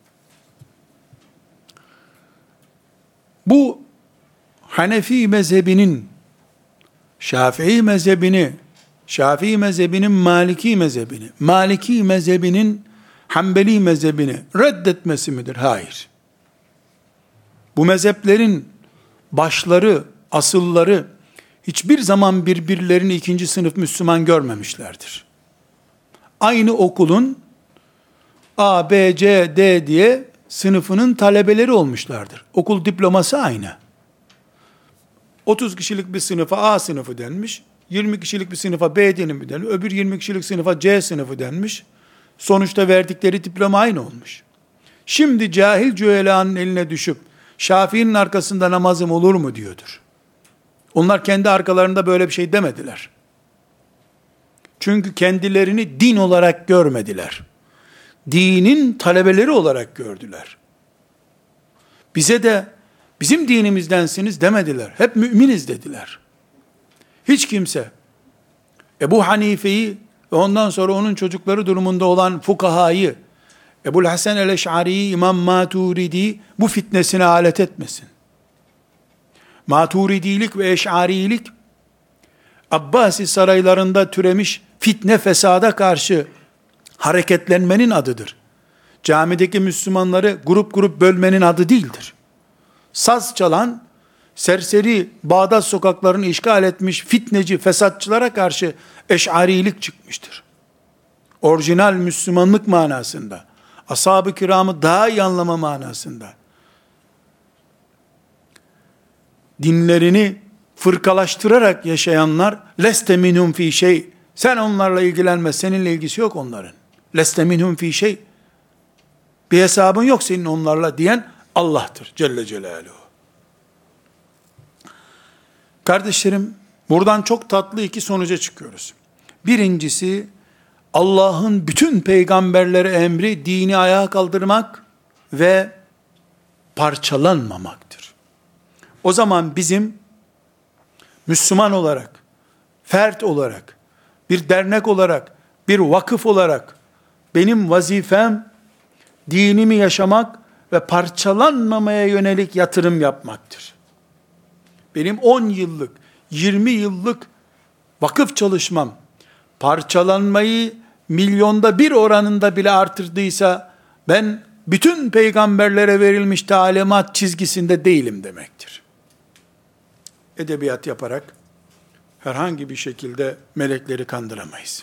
bu Hanefi mezhebinin Şafii mezhebini, Şafii mezhebinin Maliki mezhebini, Maliki mezhebinin Hanbeli mezhebini reddetmesi midir? Hayır. Bu mezheplerin başları, asılları hiçbir zaman birbirlerini ikinci sınıf Müslüman görmemişlerdir. Aynı okulun A, B, C, D diye sınıfının talebeleri olmuşlardır. Okul diploması aynı. otuz kişilik bir sınıfa A sınıfı denmiş, yirmi kişilik bir sınıfa B denimi denmiş, öbür yirmi kişilik sınıfa C sınıfı denmiş. Sonuçta verdikleri diploma aynı olmuş. Şimdi cahil cühelanın eline düşüp, Şafii'nin arkasında namazım olur mu diyordur. Onlar kendi arkalarında böyle bir şey demediler. Çünkü kendilerini din olarak görmediler. Dinin talebeleri olarak gördüler. Bize de bizim dinimizdensiniz demediler. Hep müminiz dediler. Hiç kimse Ebu Hanife'yi ve ondan sonra onun çocukları durumunda olan fukahayı, Ebu'l Hasan el-Eş'ari'yi, İmam Maturidi'yi bu fitnesine alet etmesin. Maturidilik ve Eş'arilik, Abbasi saraylarında türemiş fitne fesada karşı hareketlenmenin adıdır. Camideki Müslümanları grup grup bölmenin adı değildir. Saz çalan, serseri Bağdat sokaklarını işgal etmiş fitneci, fesatçılara karşı Eş'arilik çıkmıştır. Orijinal Müslümanlık manasında, ashab-ı kiramı daha iyi anlama manasında, dinlerini fırkalaştırarak yaşayanlar, leste minhum fi şey, sen onlarla ilgilenme, seninle ilgisi yok onların. Leste minhum fi şey, bir hesabın yok senin onlarla diyen Allah'tır Celle Celaluhu. Kardeşlerim, buradan çok tatlı iki sonuca çıkıyoruz. Birincisi, Allah'ın bütün peygamberlere emri dini ayağa kaldırmak ve parçalanmamaktır. O zaman bizim Müslüman olarak, fert olarak, bir dernek olarak, bir vakıf olarak benim vazifem dinimi yaşamak ve parçalanmamaya yönelik yatırım yapmaktır. Benim on yıllık, yirmi yıllık vakıf çalışmam, parçalanmayı milyonda bir oranında bile artırdıysa, ben bütün peygamberlere verilmiş talimat çizgisinde değilim demektir. Edebiyat yaparak herhangi bir şekilde melekleri kandıramayız.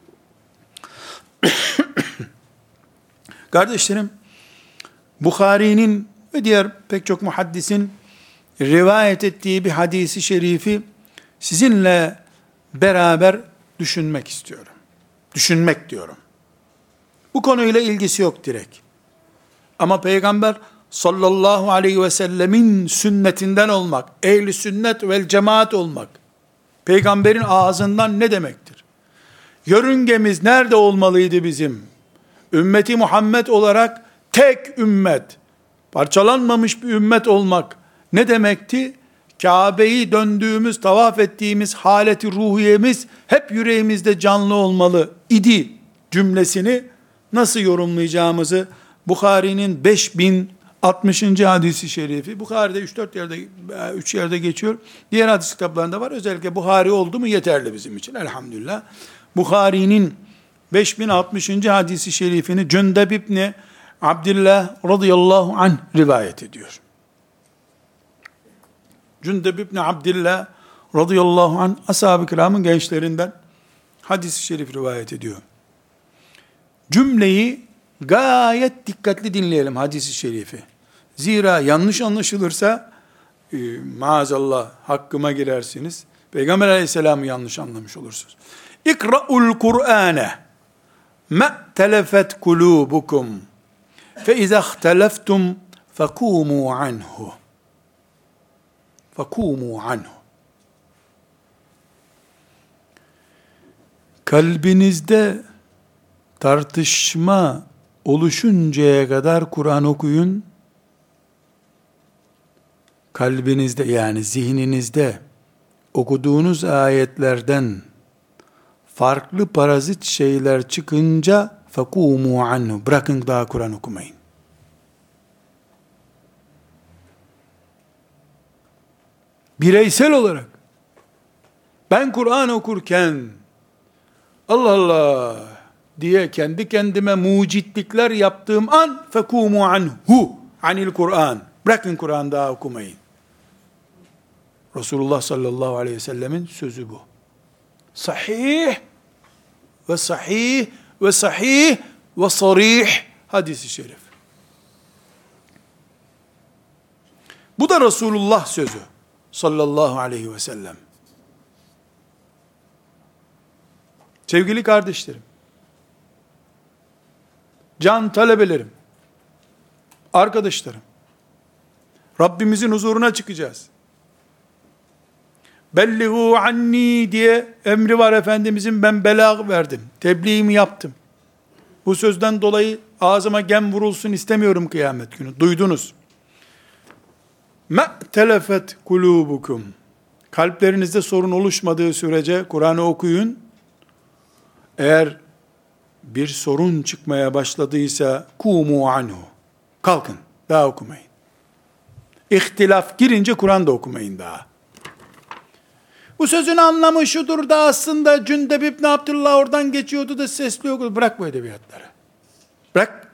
Kardeşlerim, Bukhari'nin ve diğer pek çok muhaddisin rivayet ettiği bir hadisi şerifi sizinle beraber düşünmek istiyorum. Düşünmek diyorum. Bu konuyla ilgisi yok direkt. Ama Peygamber sallallahu aleyhi ve sellemin sünnetinden olmak, ehli sünnet vel cemaat olmak, Peygamberin ağzından ne demektir? Yörüngemiz nerede olmalıydı bizim? Ümmeti Muhammed olarak tek ümmet, parçalanmamış bir ümmet olmak ne demekti? Kabe'yi döndüğümüz, tavaf ettiğimiz haleti ruhiyemiz hep yüreğimizde canlı olmalı idi cümlesini nasıl yorumlayacağımızı Bukhari'nin beş bin altmışıncı hadisi şerifi, Bukhari'de üç dört yerde, üç yerde geçiyor. Diğer hadis kitaplarında var. Özellikle Bukhari oldu mu yeterli bizim için. Elhamdülillah. Bukhari'nin beş bin altmışıncı hadisi şerifini Cündeb İbni Abdillah radıyallahu anh rivayet ediyor. Cündeb İbni Abdillah radıyallahu anh ashab-ı kiramın gençlerinden hadis-i şerif rivayet ediyor. Cümleyi gayet dikkatli dinleyelim hadis-i şerifi. Zira yanlış anlaşılırsa e, maazallah hakkıma girersiniz. Peygamber aleyhisselamı yanlış anlamış olursunuz. İkra'ul Kur'ane ma telefet kulubukum fe izâ ihteleftum fekûmû anhu. Fekûmû anhu. Kalbinizde tartışma oluşuncaya kadar Kur'an okuyun. Kalbinizde yani zihninizde okuduğunuz ayetlerden farklı parazit şeyler çıkınca fekûmû anhu. Bırakın daha Kur'an okumayın. Bireysel olarak ben Kur'an okurken Allah Allah diye kendi kendime mucitlikler yaptığım an fekûmû anhu anil Kur'an. Bırakın Kur'an daha okumayın. Resulullah sallallahu aleyhi ve sellemin sözü bu. Sahih ve sahih ve sahih ve sarih hadis-i şerif. Bu da Resulullah sözü sallallahu aleyhi ve sellem. Sevgili kardeşlerim, can talebelerim, arkadaşlarım, Rabbimizin huzuruna çıkacağız. Bellihu anni diye emri var Efendimizin, ben belag verdim, tebliğimi yaptım. Bu sözden dolayı ağzıma gem vurulsun istemiyorum kıyamet günü. Duydunuz. Me telefet kulubukum. Kalplerinizde sorun oluşmadığı sürece Kur'an'ı okuyun. Eğer bir sorun çıkmaya başladıysa kumu anhu. Kalkın, daha okumayın. İhtilaf girince Kur'an da okumayın daha. Bu sözün anlamı şudur da aslında Cündeb İbni Abdullah oradan geçiyordu da sesli okudu. Bırak bu edebiyatları. Bırak.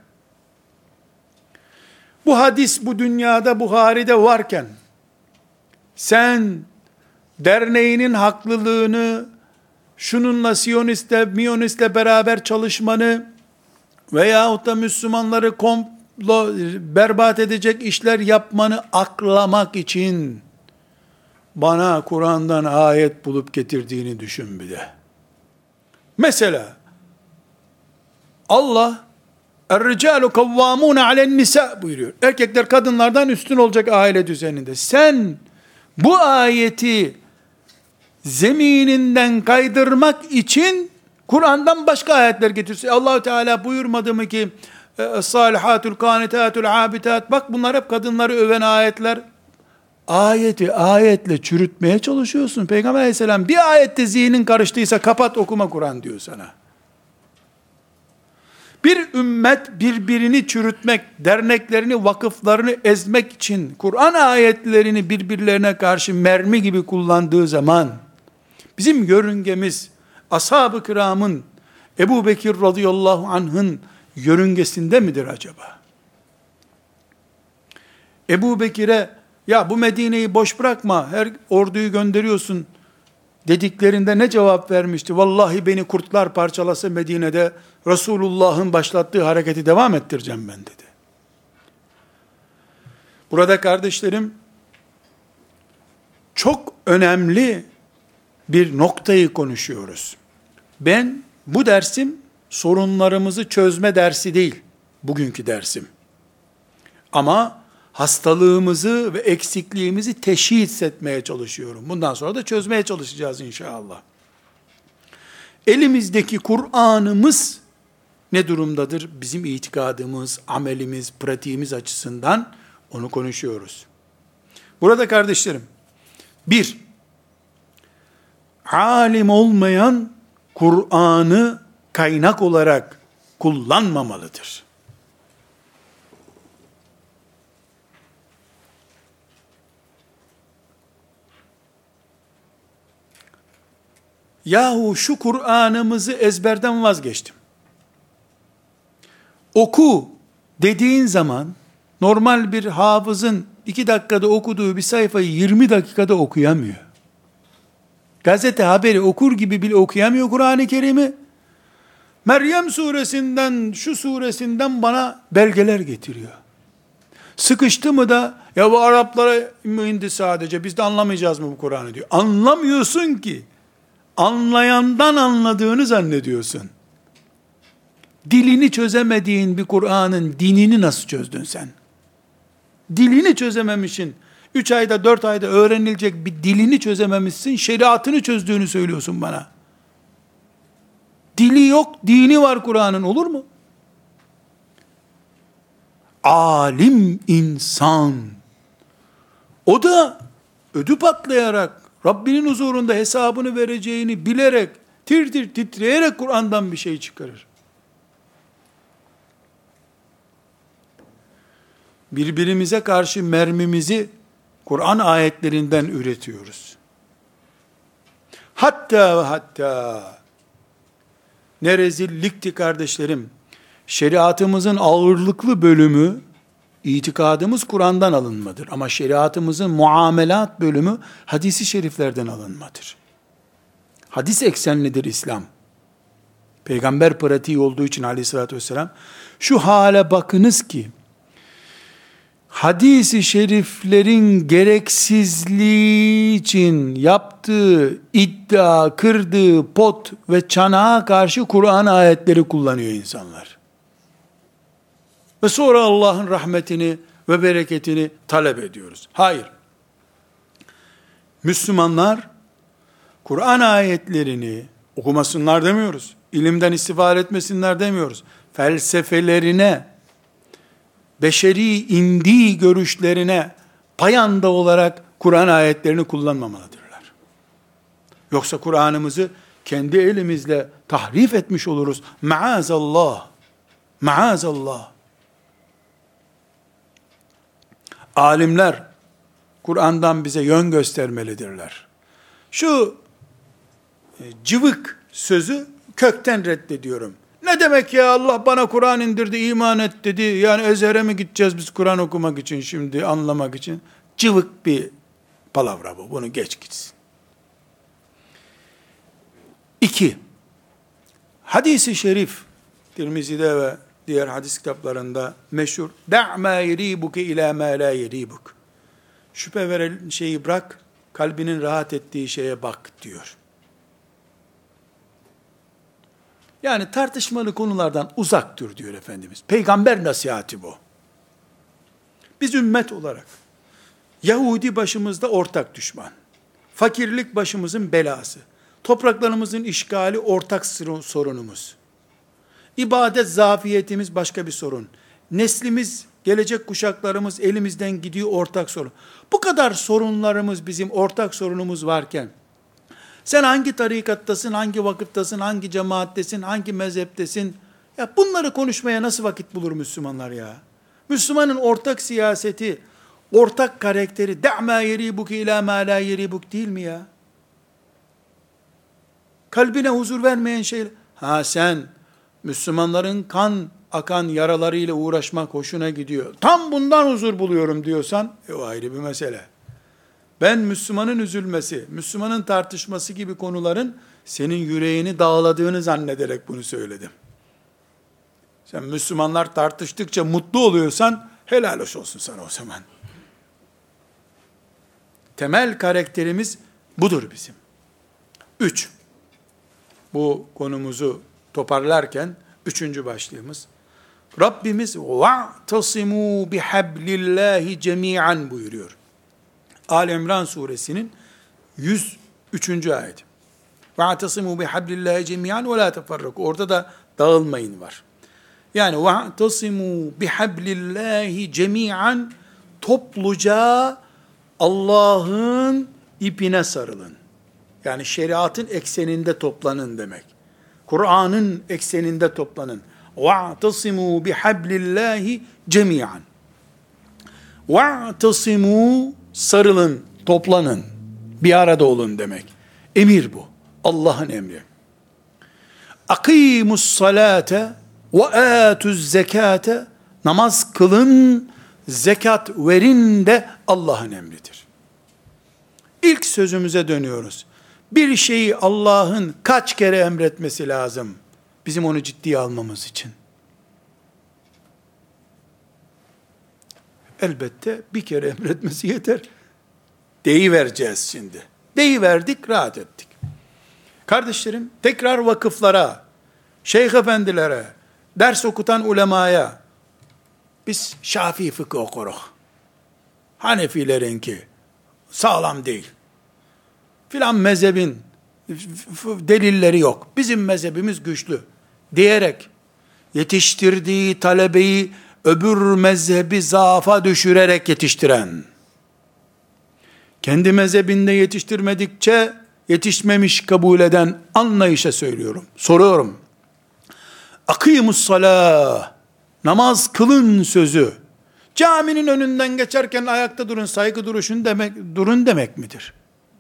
Bu hadis bu dünyada Buhari'de varken sen derneğinin haklılığını, şununla Siyonistle, Miyonistle beraber çalışmanı veyahut da Müslümanları komplo berbat edecek işler yapmanı aklamak için bana Kur'an'dan ayet bulup getirdiğini düşün bir de. Mesela Allah Er-ricalu kavvâmûne alen-nisâ buyuruyor. Erkekler kadınlardan üstün olacak aile düzeninde. Sen bu ayeti zemininden kaydırmak için Kur'an'dan başka ayetler getirsin. Allah-u Teala buyurmadı mı ki salihatul kanitatul abitat, bak bunlar hep kadınları öven ayetler. Ayeti ayetle çürütmeye çalışıyorsun. Peygamber aleyhisselam bir ayette zihnin karıştıysa kapat, okuma Kur'an diyor sana. Bir ümmet birbirini çürütmek, derneklerini, vakıflarını ezmek için Kur'an ayetlerini birbirlerine karşı mermi gibi kullandığı zaman bizim yörüngemiz ashab-ı kiramın, Ebu Bekir radıyallahu anh'ın yörüngesinde midir acaba? Ebu Bekir'e ya bu Medine'yi boş bırakma, her orduyu gönderiyorsun dediklerinde ne cevap vermişti? Vallahi beni kurtlar parçalasa Medine'de Resulullah'ın başlattığı hareketi devam ettireceğim ben dedi. Burada kardeşlerim çok önemli bir noktayı konuşuyoruz. Ben bu dersim sorunlarımızı çözme dersi değil, bugünkü dersim. Ama hastalığımızı ve eksikliğimizi teşhis etmeye çalışıyorum. Bundan sonra da çözmeye çalışacağız inşallah. Elimizdeki Kur'an'ımız ne durumdadır bizim itikadımız, amelimiz, pratiğimiz açısından onu konuşuyoruz. Burada kardeşlerim, bir, alim olmayan Kur'an'ı kaynak olarak kullanmamalıdır. Yahu şu Kur'an'ımızı ezberden vazgeçtim. Oku dediğin zaman normal bir hafızın iki dakikada okuduğu bir sayfayı yirmi dakikada okuyamıyor. Gazete haberi okur gibi bile okuyamıyor Kur'an-ı Kerim'i. Meryem suresinden, şu suresinden bana belgeler getiriyor. Sıkıştı mı da, ya bu Araplara mı indi sadece, biz de anlamayacağız mı bu Kur'an'ı diyor. Anlamıyorsun ki. Anlayandan anladığını zannediyorsun. Dilini çözemediğin bir Kur'an'ın dinini nasıl çözdün sen? Dilini çözememişsin. Üç ayda, dört ayda öğrenilecek bir dilini çözememişsin. Şeriatını çözdüğünü söylüyorsun bana. Dili yok, dini var Kur'an'ın, olur mu? Alim insan. O da ödü patlayarak, Rabbinin huzurunda hesabını vereceğini bilerek, tir tir titreyerek Kur'an'dan bir şey çıkarır. Birbirimize karşı mermimizi Kur'an ayetlerinden üretiyoruz. Hatta ve hatta ne rezillikti kardeşlerim. Şeriatımızın ağırlıklı bölümü itikadımız Kur'an'dan alınmadır. Ama şeriatımızın muamelat bölümü hadis-i şeriflerden alınmadır. Hadis eksenlidir İslam. Peygamber pratiği olduğu için aleyhissalatü vesselam, şu hale bakınız ki, hadis-i şeriflerin gereksizliği için yaptığı iddia, kırdığı pot ve çanağa karşı Kur'an ayetleri kullanıyor insanlar. Ve sonra Allah'ın rahmetini ve bereketini talep ediyoruz. Hayır. Müslümanlar Kur'an ayetlerini okumasınlar demiyoruz. İlimden istifade etmesinler demiyoruz. Felsefelerine, beşeri indi görüşlerine payanda olarak Kur'an ayetlerini kullanmamalıdırlar. Yoksa Kur'an'ımızı kendi elimizle tahrif etmiş oluruz. Maazallah. Maazallah. Alimler Kur'an'dan bize yön göstermelidirler. Şu e, cıvık sözü kökten reddediyorum. Ne demek ya, Allah bana Kur'an indirdi, iman et dedi. Yani Ezher'e mi gideceğiz biz Kur'an okumak için şimdi, anlamak için? Cıvık bir palavra bu. Bunu geç gitsin. İki, hadis-i şerif, Tirmizi'de ve diğer hadis kitaplarında meşhur, "Da' ma yeribuke ila ma la yeribuk." Şüphe veren şeyi bırak, kalbinin rahat ettiği şeye bak diyor. Yani tartışmalı konulardan uzak dur diyor Efendimiz. Peygamber nasihati bu. Biz ümmet olarak, Yahudi başımızda ortak düşman, fakirlik başımızın belası, topraklarımızın işgali ortak sorunumuz, İbadet zafiyetimiz başka bir sorun, neslimiz, gelecek kuşaklarımız elimizden gidiyor, ortak sorun. Bu kadar sorunlarımız, bizim ortak sorunumuz varken, sen hangi tarikattasın, hangi vakıftasın, hangi cemaattesin, hangi mezheptesin, ya bunları konuşmaya nasıl vakit bulur Müslümanlar ya? Müslümanın ortak siyaseti, ortak karakteri, "Da'ma yeribuke ila ma la yeribuk" değil mi ya? Kalbine huzur vermeyen şey, ha sen, Müslümanların kan akan yaralarıyla uğraşmak hoşuna gidiyor, tam bundan huzur buluyorum diyorsan, e o ayrı bir mesele. Ben Müslümanın üzülmesi, Müslümanın tartışması gibi konuların senin yüreğini dağladığını zannederek bunu söyledim. Sen Müslümanlar tartıştıkça mutlu oluyorsan, helal olsun sana o zaman. Temel karakterimiz budur bizim. Üç, bu konumuzu toparlarken, üçüncü başlığımız, Rabbimiz وَاَعْتَصِمُوا بِحَبْلِ اللّٰهِ جَمِيعًا buyuruyor. Ali-İmran suresinin yüz üçüncü ayeti. وَاَعْتَصِمُوا بِحَبْلِ اللّٰهِ جَمِيعًا وَلَا تَفَرَّقُوا. Orada da dağılmayın var. Yani وَاَعْتَصِمُوا بِحَبْلِ اللّٰهِ cemiyan, topluca Allah'ın ipine sarılın. Yani şeriatın ekseninde toplanın demek. Kur'an'ın ekseninde toplanın. وَاعْتَصِمُوا بِحَبْلِ اللّٰهِ cemiyan. وَاعْتَصِمُوا, sarılın, toplanın, bir arada olun demek. Emir bu. Allah'ın emri. اَقِيمُوا الصَّلَاةَ وَآتُوا الزَّكَاةَ, namaz kılın, zekat verin de Allah'ın emridir. İlk sözümüze dönüyoruz. Bir şeyi Allah'ın kaç kere emretmesi lazım bizim onu ciddiye almamız için? Elbette bir kere emretmesi yeter. Deyivereceğiz şimdi. Deyiverdik, rahat ettik. Kardeşlerim, tekrar vakıflara, şeyh efendilere, ders okutan ulemaya, biz Şafii fıkıh okuruz. Hanefilerinki sağlam değil. Filan mezhebin delilleri yok. Bizim mezhebimiz güçlü diyerek yetiştirdiği talebeyi öbür mezhebi zaafa düşürerek yetiştiren, kendi mezhebinde yetiştirmedikçe yetişmemiş kabul eden anlayışa söylüyorum. Soruyorum. Akimus salah, namaz kılın sözü, caminin önünden geçerken ayakta durun, saygı duruşun demek, durun demek midir?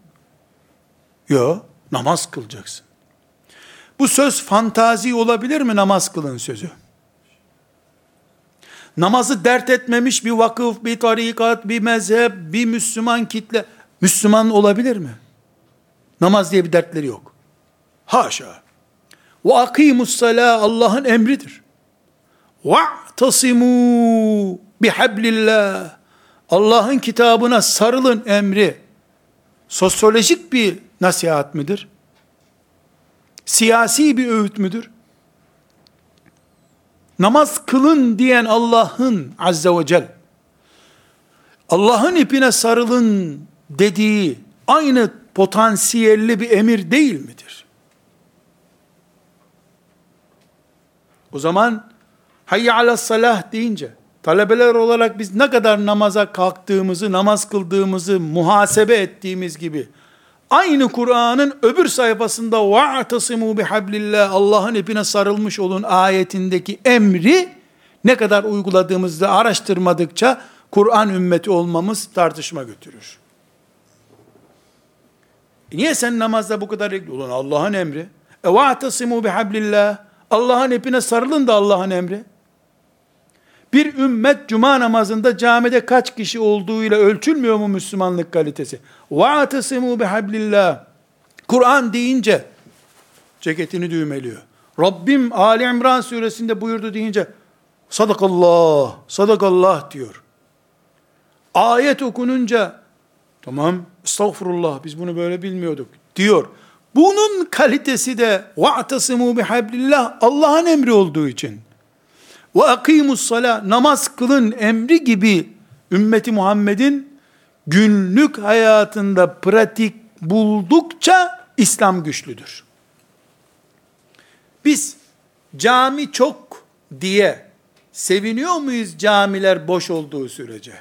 Yok, namaz kılacaksın. Bu söz fantazi olabilir mi, namaz kılın sözü? Namazı dert etmemiş bir vakıf, bir tarikat, bir mezhep, bir Müslüman kitle, Müslüman olabilir mi? Namaz diye bir dertleri yok. Haşa. Ve akimus salah, Allah'ın emridir. Ve'tasimu bihablillah, Allah'ın kitabına sarılın emri. Sosyolojik bir nasihat midir? Siyasi bir öğüt müdür? Namaz kılın diyen Allah'ın azze ve cel, Allah'ın ipine sarılın dediği aynı potansiyelli bir emir değil midir? O zaman hayye alas salah deyince talebeler olarak biz ne kadar namaza kalktığımızı, namaz kıldığımızı muhasebe ettiğimiz gibi aynı Kur'an'ın öbür sayfasında وَاَعْتَصِمُوا بِحَبْلِ Allah'ın ipine sarılmış olun ayetindeki emri ne kadar uyguladığımızda araştırmadıkça Kur'an ümmeti olmamız tartışma götürür. E niye sen namazda bu kadar ilgili olun? Allah'ın emri. E وَاَعْتَصِمُوا بِحَبْلِ Allah'ın ipine sarılın da Allah'ın emri. Bir ümmet cuma namazında camide kaç kişi olduğuyla ölçülmüyor mu Müslümanlık kalitesi? وَاَعْتَصِمُوا بِحَبْلِ Kur'an deyince ceketini düğmeliyor. Rabbim Ali İmran suresinde buyurdu deyince sadakallah, sadakallah diyor. Ayet okununca tamam, estağfurullah, biz bunu böyle bilmiyorduk diyor. Bunun kalitesi de وَاَعْتَصِمُوا بِحَبْلِ Allah'ın emri olduğu için. Ve akimus salah, namaz kılın emri gibi ümmeti Muhammed'in günlük hayatında pratik buldukça İslam güçlüdür. Biz cami çok diye seviniyor muyuz camiler boş olduğu sürece?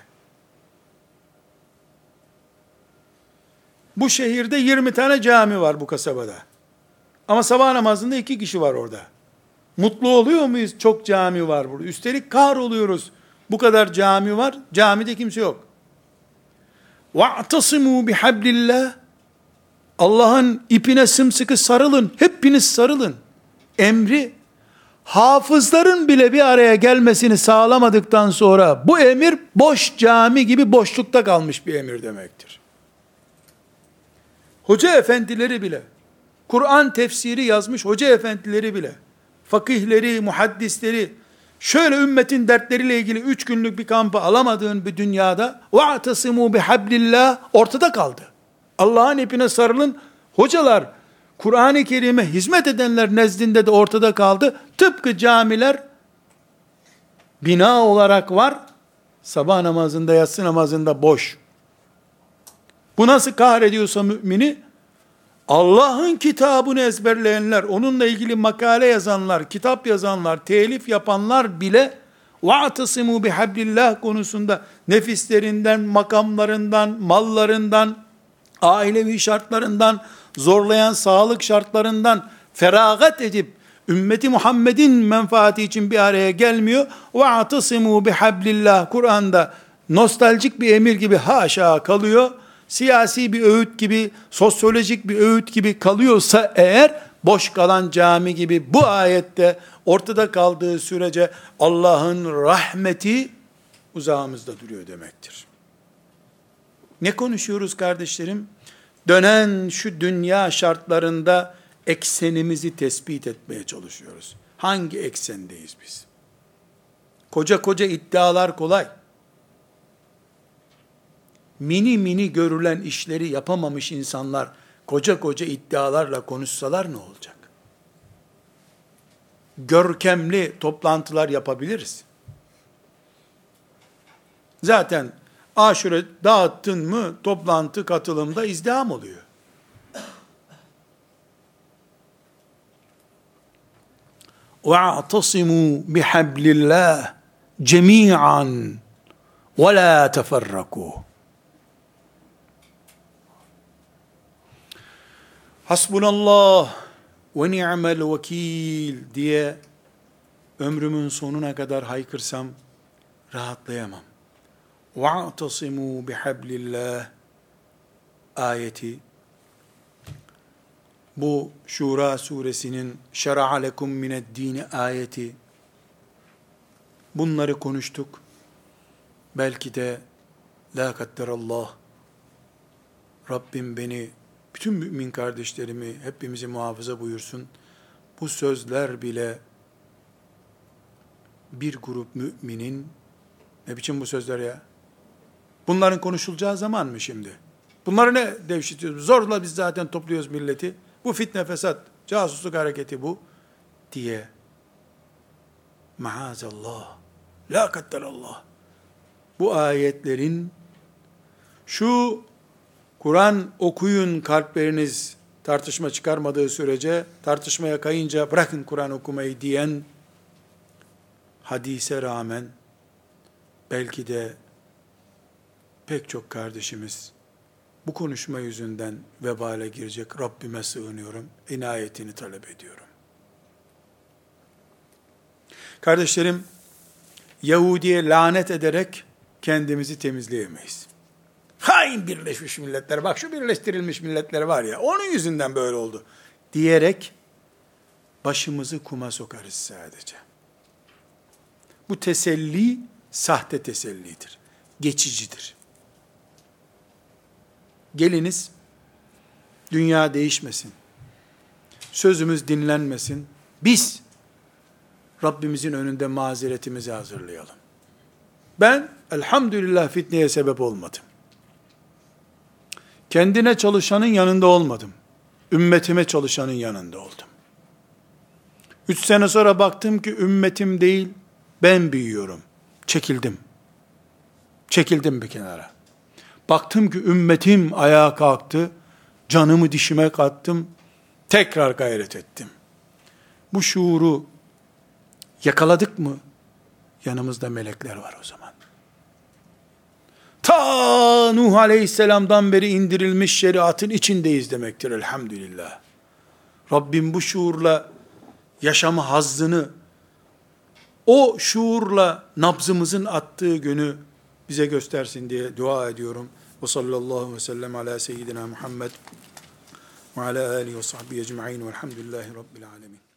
Bu şehirde yirmi tane cami var bu kasabada. Ama sabah namazında iki kişi var orada. Mutlu oluyor muyuz? Çok cami var burada. Üstelik kahroluyoruz. Bu kadar cami var, camide kimse yok. وَاَعْتَصِمُوا بِحَبْلِ Allah'ın ipine sımsıkı sarılın, hepiniz sarılın. Emri, hafızların bile bir araya gelmesini sağlamadıktan sonra, bu emir, boş cami gibi boşlukta kalmış bir emir demektir. Hoca efendileri bile, Kur'an tefsiri yazmış hoca efendileri bile, fakihleri, muhaddisleri, şöyle ümmetin dertleriyle ilgili üç günlük bir kampı alamadığın bir dünyada وَاَعْتَصِمُوا بِحَبْلِ ortada kaldı. Allah'ın ipine sarılın, hocalar, Kur'an-ı Kerim'e hizmet edenler nezdinde de ortada kaldı. Tıpkı camiler bina olarak var, sabah namazında, yatsı namazında boş. Bu nasıl kahrediyorsa mümini, Allah'ın kitabını ezberleyenler, onunla ilgili makale yazanlar, kitap yazanlar, telif yapanlar bile وَاَعْتَصِمُوا بِحَبْلِ اللّٰهِ konusunda nefislerinden, makamlarından, mallarından, ailevi şartlarından, zorlayan sağlık şartlarından feragat edip ümmeti Muhammed'in menfaati için bir araya gelmiyor. وَاَعْتَصِمُوا بِحَبْلِ اللّٰهِ Kur'an'da nostaljik bir emir gibi haşa kalıyor. Siyasi bir öğüt gibi, sosyolojik bir öğüt gibi kalıyorsa eğer, boş kalan cami gibi bu ayette ortada kaldığı sürece Allah'ın rahmeti uzağımızda duruyor demektir. Ne konuşuyoruz kardeşlerim? Dönen şu dünya şartlarında eksenimizi tespit etmeye çalışıyoruz. Hangi eksendeyiz biz? Koca koca iddialar kolay. Mini mini görülen işleri yapamamış insanlar koca koca iddialarla konuşsalar ne olacak? Görkemli toplantılar yapabiliriz. Zaten aşure dağıttın mı toplantı katılımda izdiham oluyor. وَاَعْتَصِمُوا بِحَبْلِ اللّٰهِ جَمِيعًا وَلَا تَفَرَّقُوا Hasbunallah ve ni'mel vekil diye ömrümün sonuna kadar haykırsam rahatlayamam. وَاَعْتَصِمُوا بِحَبْلِ اللّٰهِ ayeti, bu Şura suresinin şer'a lekum mineddini ayeti, bunları konuştuk. Belki de la kadderallah, Rabbim beni, bütün mümin kardeşlerimi, hepimizi muhafaza buyursun. Bu sözler bile bir grup müminin, ne biçim bu sözler ya? Bunların konuşulacağı zaman mı şimdi? Bunları ne devşitiyoruz? Zorla biz zaten topluyoruz milleti. Bu fitne fesat, casusluk hareketi bu diye. Maazallah, la kadderallah. Bu ayetlerin şu Kur'an okuyun kalpleriniz tartışma çıkarmadığı sürece, tartışmaya kayınca bırakın Kur'an okumayı diyen hadise rağmen belki de pek çok kardeşimiz bu konuşma yüzünden vebale girecek. Rabbime sığınıyorum, inayetini talep ediyorum. Kardeşlerim, Yahudi'ye lanet ederek kendimizi temizleyemeyiz. Hain Birleşmiş Milletler, bak şu birleştirilmiş milletler var ya, onun yüzünden böyle oldu diyerek başımızı kuma sokarız sadece. Bu teselli sahte tesellidir, geçicidir. Geliniz, dünya değişmesin, sözümüz dinlenmesin, biz Rabbimizin önünde mazeretimizi hazırlayalım. Ben elhamdülillah fitneye sebep olmadım. Kendine çalışanın yanında olmadım. Ümmetime çalışanın yanında oldum. Üç sene sonra baktım ki ümmetim değil, ben büyüyorum. Çekildim. Çekildim bir kenara. Baktım ki ümmetim ayağa kalktı. Canımı dişime kattım. Tekrar gayret ettim. Bu şuuru yakaladık mı? Yanımızda melekler var o zaman. Ta Nuh Aleyhisselam'dan beri indirilmiş şeriatın içindeyiz demektir elhamdülillah. Rabbim bu şuurla yaşama hazzını, o şuurla nabzımızın attığı günü bize göstersin diye dua ediyorum. Ve sallallahu aleyhi ve sellem ala seyyidina Muhammed ve ala alihi ve sahbihi ecma'in velhamdülillahi rabbil alemin.